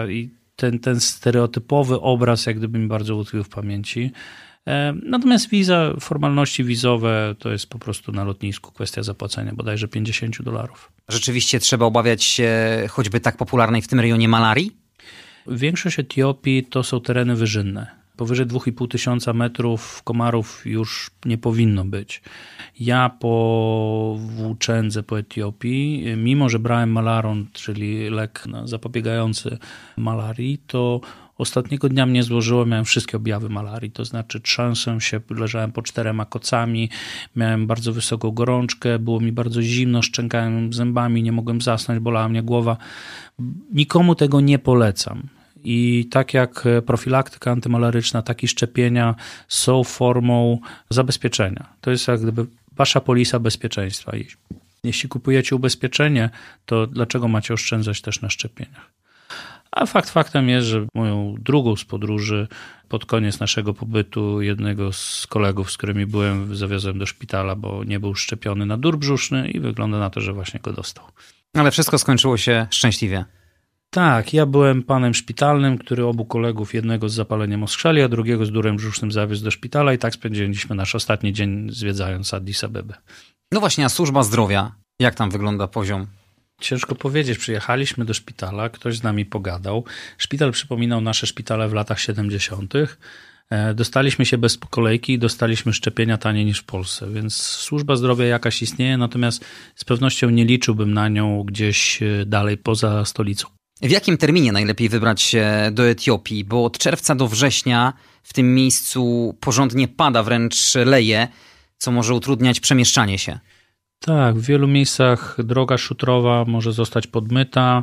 ten stereotypowy obraz jak gdyby mi bardzo utkwił w pamięci. Natomiast formalności wizowe to jest po prostu na lotnisku kwestia zapłacenia bodajże $50. Rzeczywiście trzeba obawiać się choćby tak popularnej w tym rejonie malarii? Większość Etiopii to są tereny wyżynne. Powyżej 2500 metrów komarów już nie powinno być. Ja po włóczędze po Etiopii, mimo że brałem malaron, czyli lek zapobiegający malarii, to ostatniego dnia mnie złożyło, miałem wszystkie objawy malarii, to znaczy trzęsłem się, leżałem pod 4 kocami, miałem bardzo wysoką gorączkę, było mi bardzo zimno, szczękałem zębami, nie mogłem zasnąć, bolała mnie głowa. Nikomu tego nie polecam. I tak jak profilaktyka antymalaryczna, tak i szczepienia są formą zabezpieczenia. To jest jak gdyby wasza polisa bezpieczeństwa. Jeśli kupujecie ubezpieczenie, to dlaczego macie oszczędzać też na szczepieniach? A faktem jest, że moją drugą z podróży pod koniec naszego pobytu jednego z kolegów, z którymi byłem, zawiozłem do szpitala, bo nie był szczepiony na dur brzuszny i wygląda na to, że właśnie go dostał. Ale wszystko skończyło się szczęśliwie. Tak, ja byłem panem szpitalnym, który obu kolegów, jednego z zapaleniem oskrzeli, a drugiego z durem brzusznym zawiózł do szpitala i tak spędziliśmy nasz ostatni dzień zwiedzając Addis Abebę. No właśnie, a służba zdrowia, jak tam wygląda poziom? Ciężko powiedzieć, przyjechaliśmy do szpitala, ktoś z nami pogadał. Szpital przypominał nasze szpitale w latach 70. Dostaliśmy się bez kolejki i dostaliśmy szczepienia taniej niż w Polsce, więc służba zdrowia jakaś istnieje, natomiast z pewnością nie liczyłbym na nią gdzieś dalej poza stolicą. W jakim terminie najlepiej wybrać się do Etiopii? Bo od czerwca do września w tym miejscu porządnie pada, wręcz leje, co może utrudniać przemieszczanie się. Tak, w wielu miejscach droga szutrowa może zostać podmyta.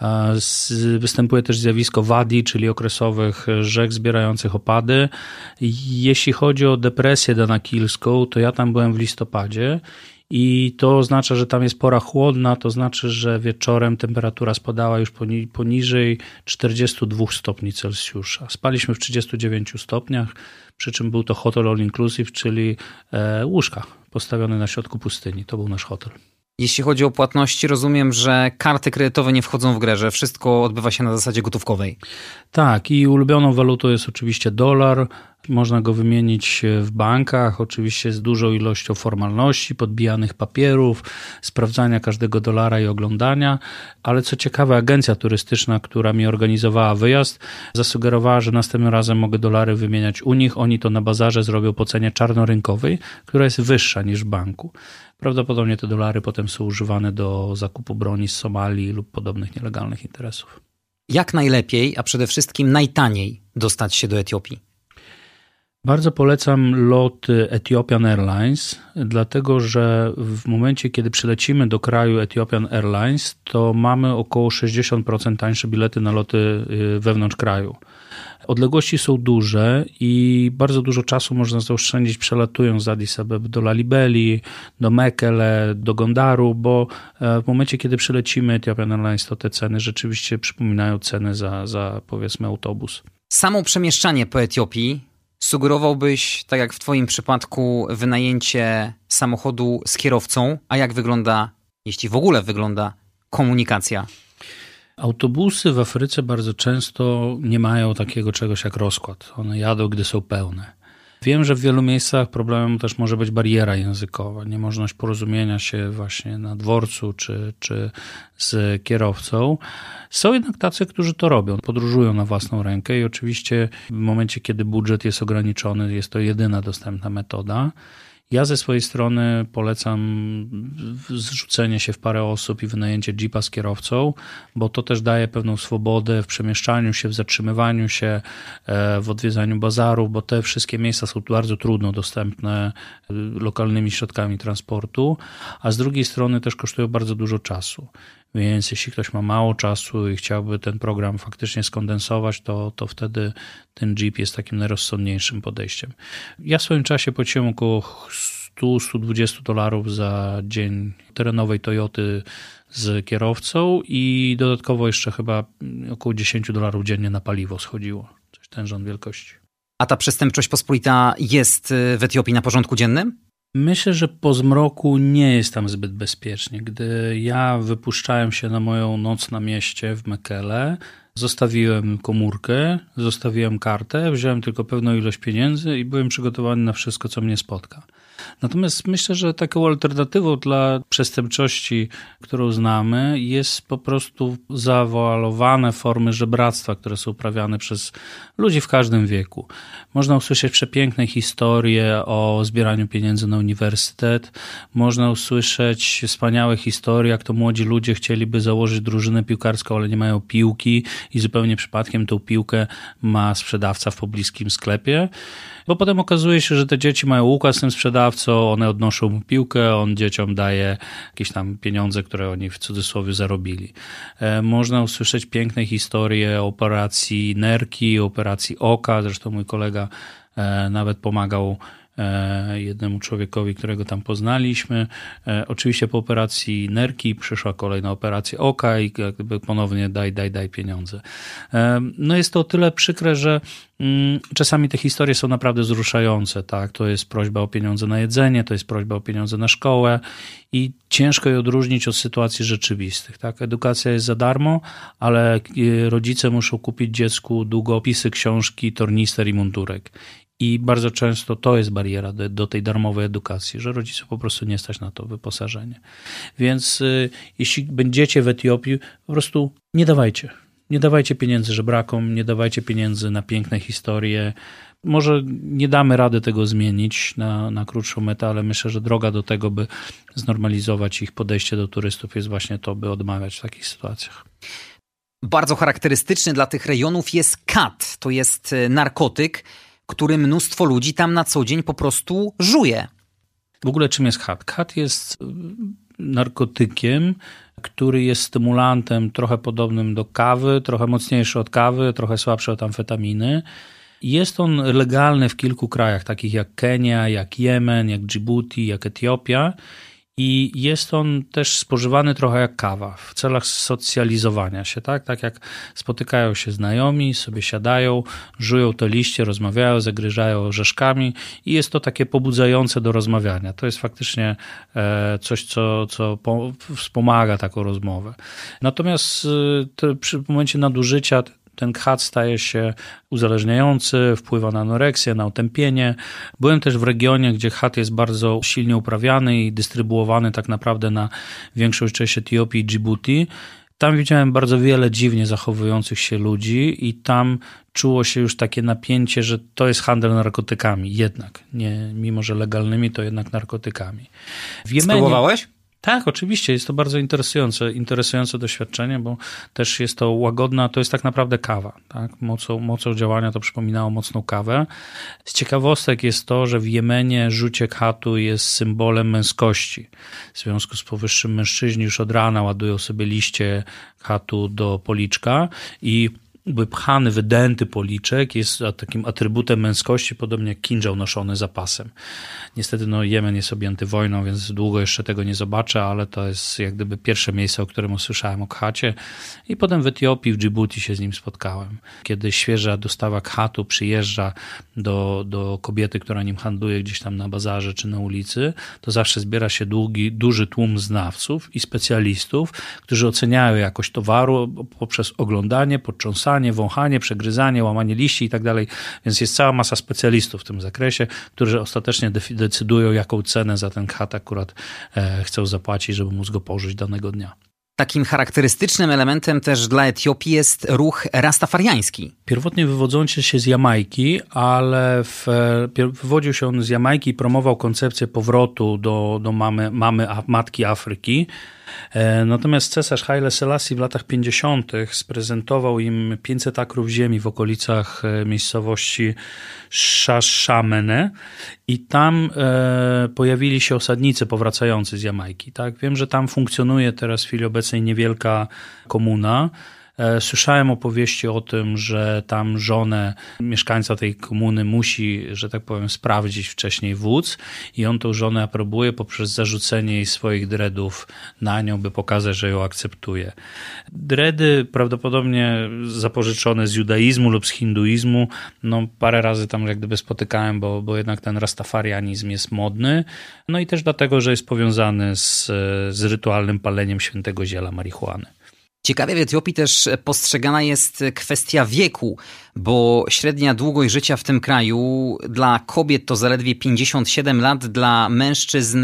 Występuje też zjawisko wadi, czyli okresowych rzek zbierających opady. Jeśli chodzi o depresję danakilską, to ja tam byłem w listopadzie. I to oznacza, że tam jest pora chłodna, to znaczy, że wieczorem temperatura spadała już poniżej 42 stopni Celsjusza. Spaliśmy w 39 stopniach, przy czym był to hotel all inclusive, czyli łóżka postawione na środku pustyni. To był nasz hotel. Jeśli chodzi o płatności, rozumiem, że karty kredytowe nie wchodzą w grę, że wszystko odbywa się na zasadzie gotówkowej. Tak, i ulubioną walutą jest oczywiście dolar. Można go wymienić w bankach, oczywiście z dużą ilością formalności, podbijanych papierów, sprawdzania każdego dolara i oglądania. Ale co ciekawe, agencja turystyczna, która mi organizowała wyjazd, zasugerowała, że następnym razem mogę dolary wymieniać u nich. Oni to na bazarze zrobią po cenie czarnorynkowej, która jest wyższa niż w banku. Prawdopodobnie te dolary potem są używane do zakupu broni z Somalii lub podobnych nielegalnych interesów. Jak najlepiej, a przede wszystkim najtaniej dostać się do Etiopii? Bardzo polecam loty Ethiopian Airlines, dlatego że w momencie, kiedy przylecimy do kraju Ethiopian Airlines, to mamy około 60% tańsze bilety na loty wewnątrz kraju. Odległości są duże i bardzo dużo czasu można zaoszczędzić przelatując z Addis Abeby do Lalibeli, do Mekele, do Gondaru, bo w momencie, kiedy przylecimy Ethiopian Airlines, to te ceny rzeczywiście przypominają ceny za powiedzmy autobus. Samo przemieszczanie po Etiopii sugerowałbyś, tak jak w twoim przypadku, wynajęcie samochodu z kierowcą, a jak wygląda, jeśli w ogóle wygląda, komunikacja? Autobusy w Afryce bardzo często nie mają takiego czegoś jak rozkład. One jadą, gdy są pełne. Wiem, że w wielu miejscach problemem też może być bariera językowa, niemożność porozumienia się właśnie na dworcu czy z kierowcą. Są jednak tacy, którzy to robią, podróżują na własną rękę i oczywiście w momencie, kiedy budżet jest ograniczony, jest to jedyna dostępna metoda. Ja ze swojej strony polecam zrzucenie się w parę osób i wynajęcie jeepa z kierowcą, bo to też daje pewną swobodę w przemieszczaniu się, w zatrzymywaniu się, w odwiedzaniu bazarów, bo te wszystkie miejsca są bardzo trudno dostępne lokalnymi środkami transportu, a z drugiej strony też kosztują bardzo dużo czasu. Więc jeśli ktoś ma mało czasu i chciałby ten program faktycznie skondensować, to wtedy ten Jeep jest takim najrozsądniejszym podejściem. Ja w swoim czasie płaciłem około $100-120 za dzień terenowej Toyoty z kierowcą i dodatkowo jeszcze chyba około $10 dziennie na paliwo schodziło. Coś ten rząd wielkości. A ta przestępczość pospolita jest w Etiopii na porządku dziennym? Myślę, że po zmroku nie jest tam zbyt bezpiecznie. Gdy ja wypuszczałem się na moją noc na mieście w Mekele, zostawiłem komórkę, zostawiłem kartę, wziąłem tylko pewną ilość pieniędzy i byłem przygotowany na wszystko, co mnie spotka. Natomiast myślę, że taką alternatywą dla przestępczości, którą znamy, jest po prostu zawoalowane formy żebractwa, które są uprawiane przez ludzi w każdym wieku. Można usłyszeć przepiękne historie o zbieraniu pieniędzy na uniwersytet, można usłyszeć wspaniałe historie, jak to młodzi ludzie chcieliby założyć drużynę piłkarską, ale nie mają piłki i zupełnie przypadkiem tą piłkę ma sprzedawca w pobliskim sklepie. Bo potem okazuje się, że te dzieci mają układ z tym sprzedawcą, one odnoszą mu piłkę, on dzieciom daje jakieś tam pieniądze, które oni w cudzysłowie zarobili. Można usłyszeć piękne historie o operacji nerki, operacji oka, zresztą mój kolega nawet pomagał jednemu człowiekowi, którego tam poznaliśmy. Oczywiście po operacji nerki przyszła kolejna operacja oka i jakby ponownie daj pieniądze. No jest to o tyle przykre, że czasami te historie są naprawdę wzruszające. Tak? To jest prośba o pieniądze na jedzenie, to jest prośba o pieniądze na szkołę i ciężko je odróżnić od sytuacji rzeczywistych. Tak? Edukacja jest za darmo, ale rodzice muszą kupić dziecku długopisy, książki, tornister i mundurek. I bardzo często to jest bariera do tej darmowej edukacji, że rodziców po prostu nie stać na to wyposażenie. Więc jeśli będziecie w Etiopii, po prostu nie dawajcie. Nie dawajcie pieniędzy żebrakom, nie dawajcie pieniędzy na piękne historie. Może nie damy rady tego zmienić na krótszą metę, ale myślę, że droga do tego, by znormalizować ich podejście do turystów, jest właśnie to, by odmawiać w takich sytuacjach. Bardzo charakterystyczny dla tych rejonów jest kat. To jest narkotyk, który mnóstwo ludzi tam na co dzień po prostu żuje. W ogóle czym jest kat? Kat jest narkotykiem, który jest stymulantem trochę podobnym do kawy, trochę mocniejszy od kawy, trochę słabszy od amfetaminy. Jest on legalny w kilku krajach, takich jak Kenia, jak Jemen, jak Dżibuti, jak Etiopia. I jest on też spożywany trochę jak kawa, w celach socjalizowania się, tak? Tak jak spotykają się znajomi, sobie siadają, żują te liście, rozmawiają, zagryżają orzeszkami i jest to takie pobudzające do rozmawiania. To jest faktycznie coś, co wspomaga taką rozmowę. Natomiast przy momencie nadużycia ten kat staje się uzależniający, wpływa na anoreksję, na otępienie. Byłem też w regionie, gdzie kat jest bardzo silnie uprawiany i dystrybuowany tak naprawdę na większą część Etiopii i Dżibuti. Tam widziałem bardzo wiele dziwnie zachowujących się ludzi i tam czuło się już takie napięcie, że to jest handel narkotykami jednak. Nie, mimo że legalnymi, to jednak narkotykami. W Jemenie... Spróbowałeś? Tak, oczywiście. Jest to bardzo interesujące doświadczenie, bo też jest to łagodna, to jest tak naprawdę kawa. Tak? Mocą działania to przypominało mocną kawę. Z ciekawostek jest to, że w Jemenie rzucie katu jest symbolem męskości. W związku z powyższym mężczyźni już od rana ładują sobie liście katu do policzka i pchany, wydęty policzek jest takim atrybutem męskości, podobnie jak kindżał noszony za pasem. Niestety Jemen jest objęty wojną, więc długo jeszcze tego nie zobaczę, ale to jest jak gdyby pierwsze miejsce, o którym usłyszałem o khacie i potem w Etiopii, w Dżibuti się z nim spotkałem. Kiedy świeża dostawa khatu przyjeżdża do kobiety, która nim handluje gdzieś tam na bazarze czy na ulicy, to zawsze zbiera się duży tłum znawców i specjalistów, którzy oceniają jakość towaru poprzez oglądanie, potrząsanie, wąchanie, przegryzanie, łamanie liści i tak dalej. Więc jest cała masa specjalistów w tym zakresie, którzy ostatecznie decydują, jaką cenę za ten khat akurat chcą zapłacić, żeby móc go pożyć danego dnia. Takim charakterystycznym elementem też dla Etiopii jest ruch rastafariański. Pierwotnie wywodzący się z Jamajki, ale wywodził się on z Jamajki i promował koncepcję powrotu do matki Afryki. Natomiast cesarz Haile Selassie w latach 50. sprezentował im 500 akrów ziemi w okolicach miejscowości Shashamene i tam pojawili się osadnicy powracający z Jamajki. Tak? Wiem, że tam funkcjonuje teraz w chwili obecnej niewielka komuna. Słyszałem opowieści o tym, że tam żonę mieszkańca tej komuny musi, że tak powiem, sprawdzić wcześniej wódz i on tą żonę aprobuje poprzez zarzucenie jej swoich dreadów na nią, by pokazać, że ją akceptuje. Dready prawdopodobnie zapożyczone z judaizmu lub z hinduizmu, no parę razy tam jak gdyby spotykałem, bo jednak ten rastafarianizm jest modny, no i też dlatego, że jest powiązany z rytualnym paleniem świętego ziela marihuany. Ciekawie w Etiopii też postrzegana jest kwestia wieku, bo średnia długość życia w tym kraju dla kobiet to zaledwie 57 lat, dla mężczyzn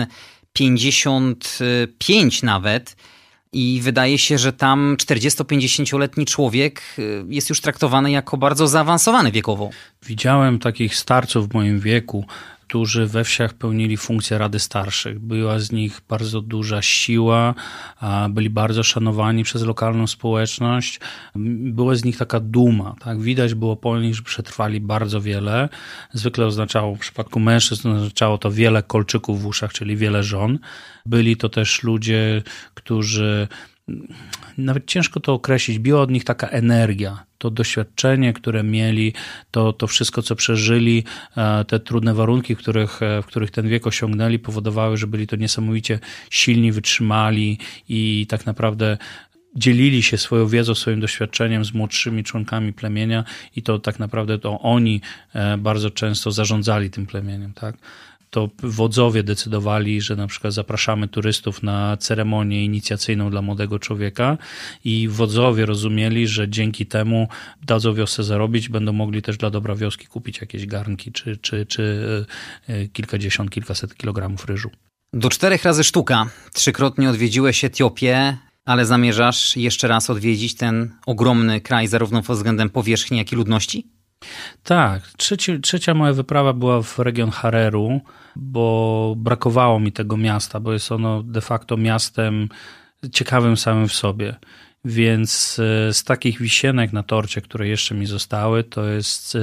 55 nawet. I wydaje się, że tam 40-50-letni człowiek jest już traktowany jako bardzo zaawansowany wiekowo. Widziałem takich starców w moim wieku, którzy we wsiach pełnili funkcję Rady Starszych. Była z nich bardzo duża siła, byli bardzo szanowani przez lokalną społeczność. Była z nich taka duma. Tak? Widać było po nich, że przetrwali bardzo wiele. Zwykle oznaczało, w przypadku mężczyzn oznaczało to wiele kolczyków w uszach, czyli wiele żon. Byli to też ludzie, którzy... Nawet ciężko to określić, biła od nich taka energia, to doświadczenie, które mieli, to wszystko, co przeżyli, te trudne warunki, w których ten wiek osiągnęli, powodowały, że byli to niesamowicie silni, wytrzymali i tak naprawdę dzielili się swoją wiedzą, swoim doświadczeniem z młodszymi członkami plemienia i to tak naprawdę to oni bardzo często zarządzali tym plemieniem, tak? To wodzowie decydowali, że na przykład zapraszamy turystów na ceremonię inicjacyjną dla młodego człowieka i wodzowie rozumieli, że dzięki temu dadzą wiosce zarobić, będą mogli też dla dobra wioski kupić jakieś garnki czy kilkadziesiąt, kilkaset kilogramów ryżu. Do 4 razy sztuka. 3-krotnie odwiedziłeś Etiopię, ale zamierzasz jeszcze raz odwiedzić ten ogromny kraj zarówno pod względem powierzchni, jak i ludności? Tak, trzecia moja wyprawa była w region Hareru, bo brakowało mi tego miasta, bo jest ono de facto miastem ciekawym samym w sobie. Więc z takich wisienek na torcie, które jeszcze mi zostały, to jest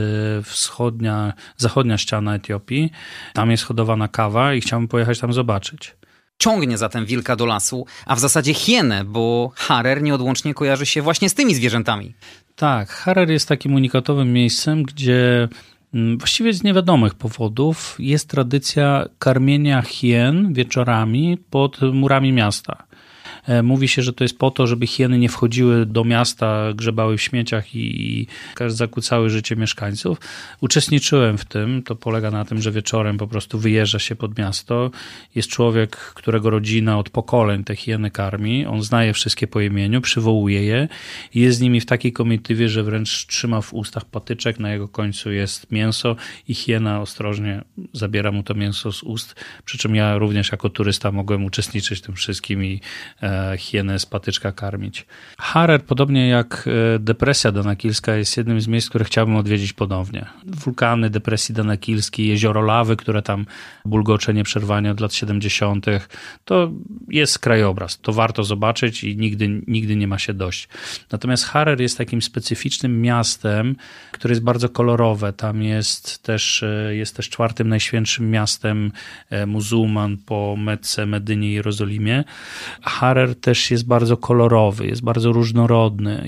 zachodnia ściana Etiopii. Tam jest hodowana kawa i chciałbym pojechać tam zobaczyć. Ciągnie zatem wilka do lasu, a w zasadzie hienę, bo Harer nieodłącznie kojarzy się właśnie z tymi zwierzętami. Tak, Harer jest takim unikatowym miejscem, gdzie właściwie z niewiadomych powodów jest tradycja karmienia hien wieczorami pod murami miasta. Mówi się, że to jest po to, żeby hieny nie wchodziły do miasta, grzebały w śmieciach i zakłócały życie mieszkańców. Uczestniczyłem w tym. To polega na tym, że wieczorem po prostu wyjeżdża się pod miasto. Jest człowiek, którego rodzina od pokoleń te hieny karmi. On zna je wszystkie po imieniu, przywołuje je i jest z nimi w takiej komitywie, że wręcz trzyma w ustach patyczek. Na jego końcu jest mięso i hiena ostrożnie zabiera mu to mięso z ust. Przy czym ja również jako turysta mogłem uczestniczyć w tym wszystkim i hienę z patyczka karmić. Harer, podobnie jak depresja danakilska, jest jednym z miejsc, które chciałbym odwiedzić ponownie. Wulkany depresji danakilskiej, jezioro lawy, które tam bulgocze nieprzerwanie od lat 70. To jest krajobraz. To warto zobaczyć i nigdy nie ma się dość. Natomiast Harer jest takim specyficznym miastem, które jest bardzo kolorowe. Tam jest też 4. najświętszym miastem muzułman po Mecce, Medynie i Jerozolimie. Harer też jest bardzo kolorowy, jest bardzo różnorodny,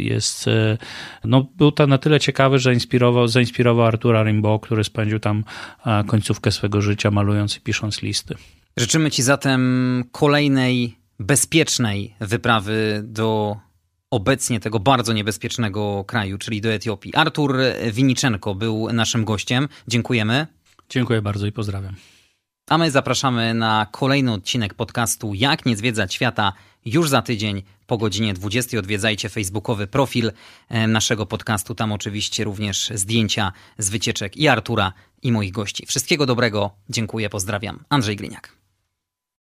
był tam na tyle ciekawy, że zainspirował Artura Rimbaud, który spędził tam końcówkę swego życia malując i pisząc listy. Życzymy Ci zatem kolejnej bezpiecznej wyprawy do obecnie tego bardzo niebezpiecznego kraju, czyli do Etiopii. Artur Winiczenko był naszym gościem. Dziękujemy. Dziękuję bardzo i pozdrawiam. A my zapraszamy na kolejny odcinek podcastu Jak nie zwiedzać świata już za tydzień po godzinie 20. Odwiedzajcie facebookowy profil naszego podcastu. Tam oczywiście również zdjęcia z wycieczek i Artura, i moich gości. Wszystkiego dobrego. Dziękuję, pozdrawiam. Andrzej Gliniak.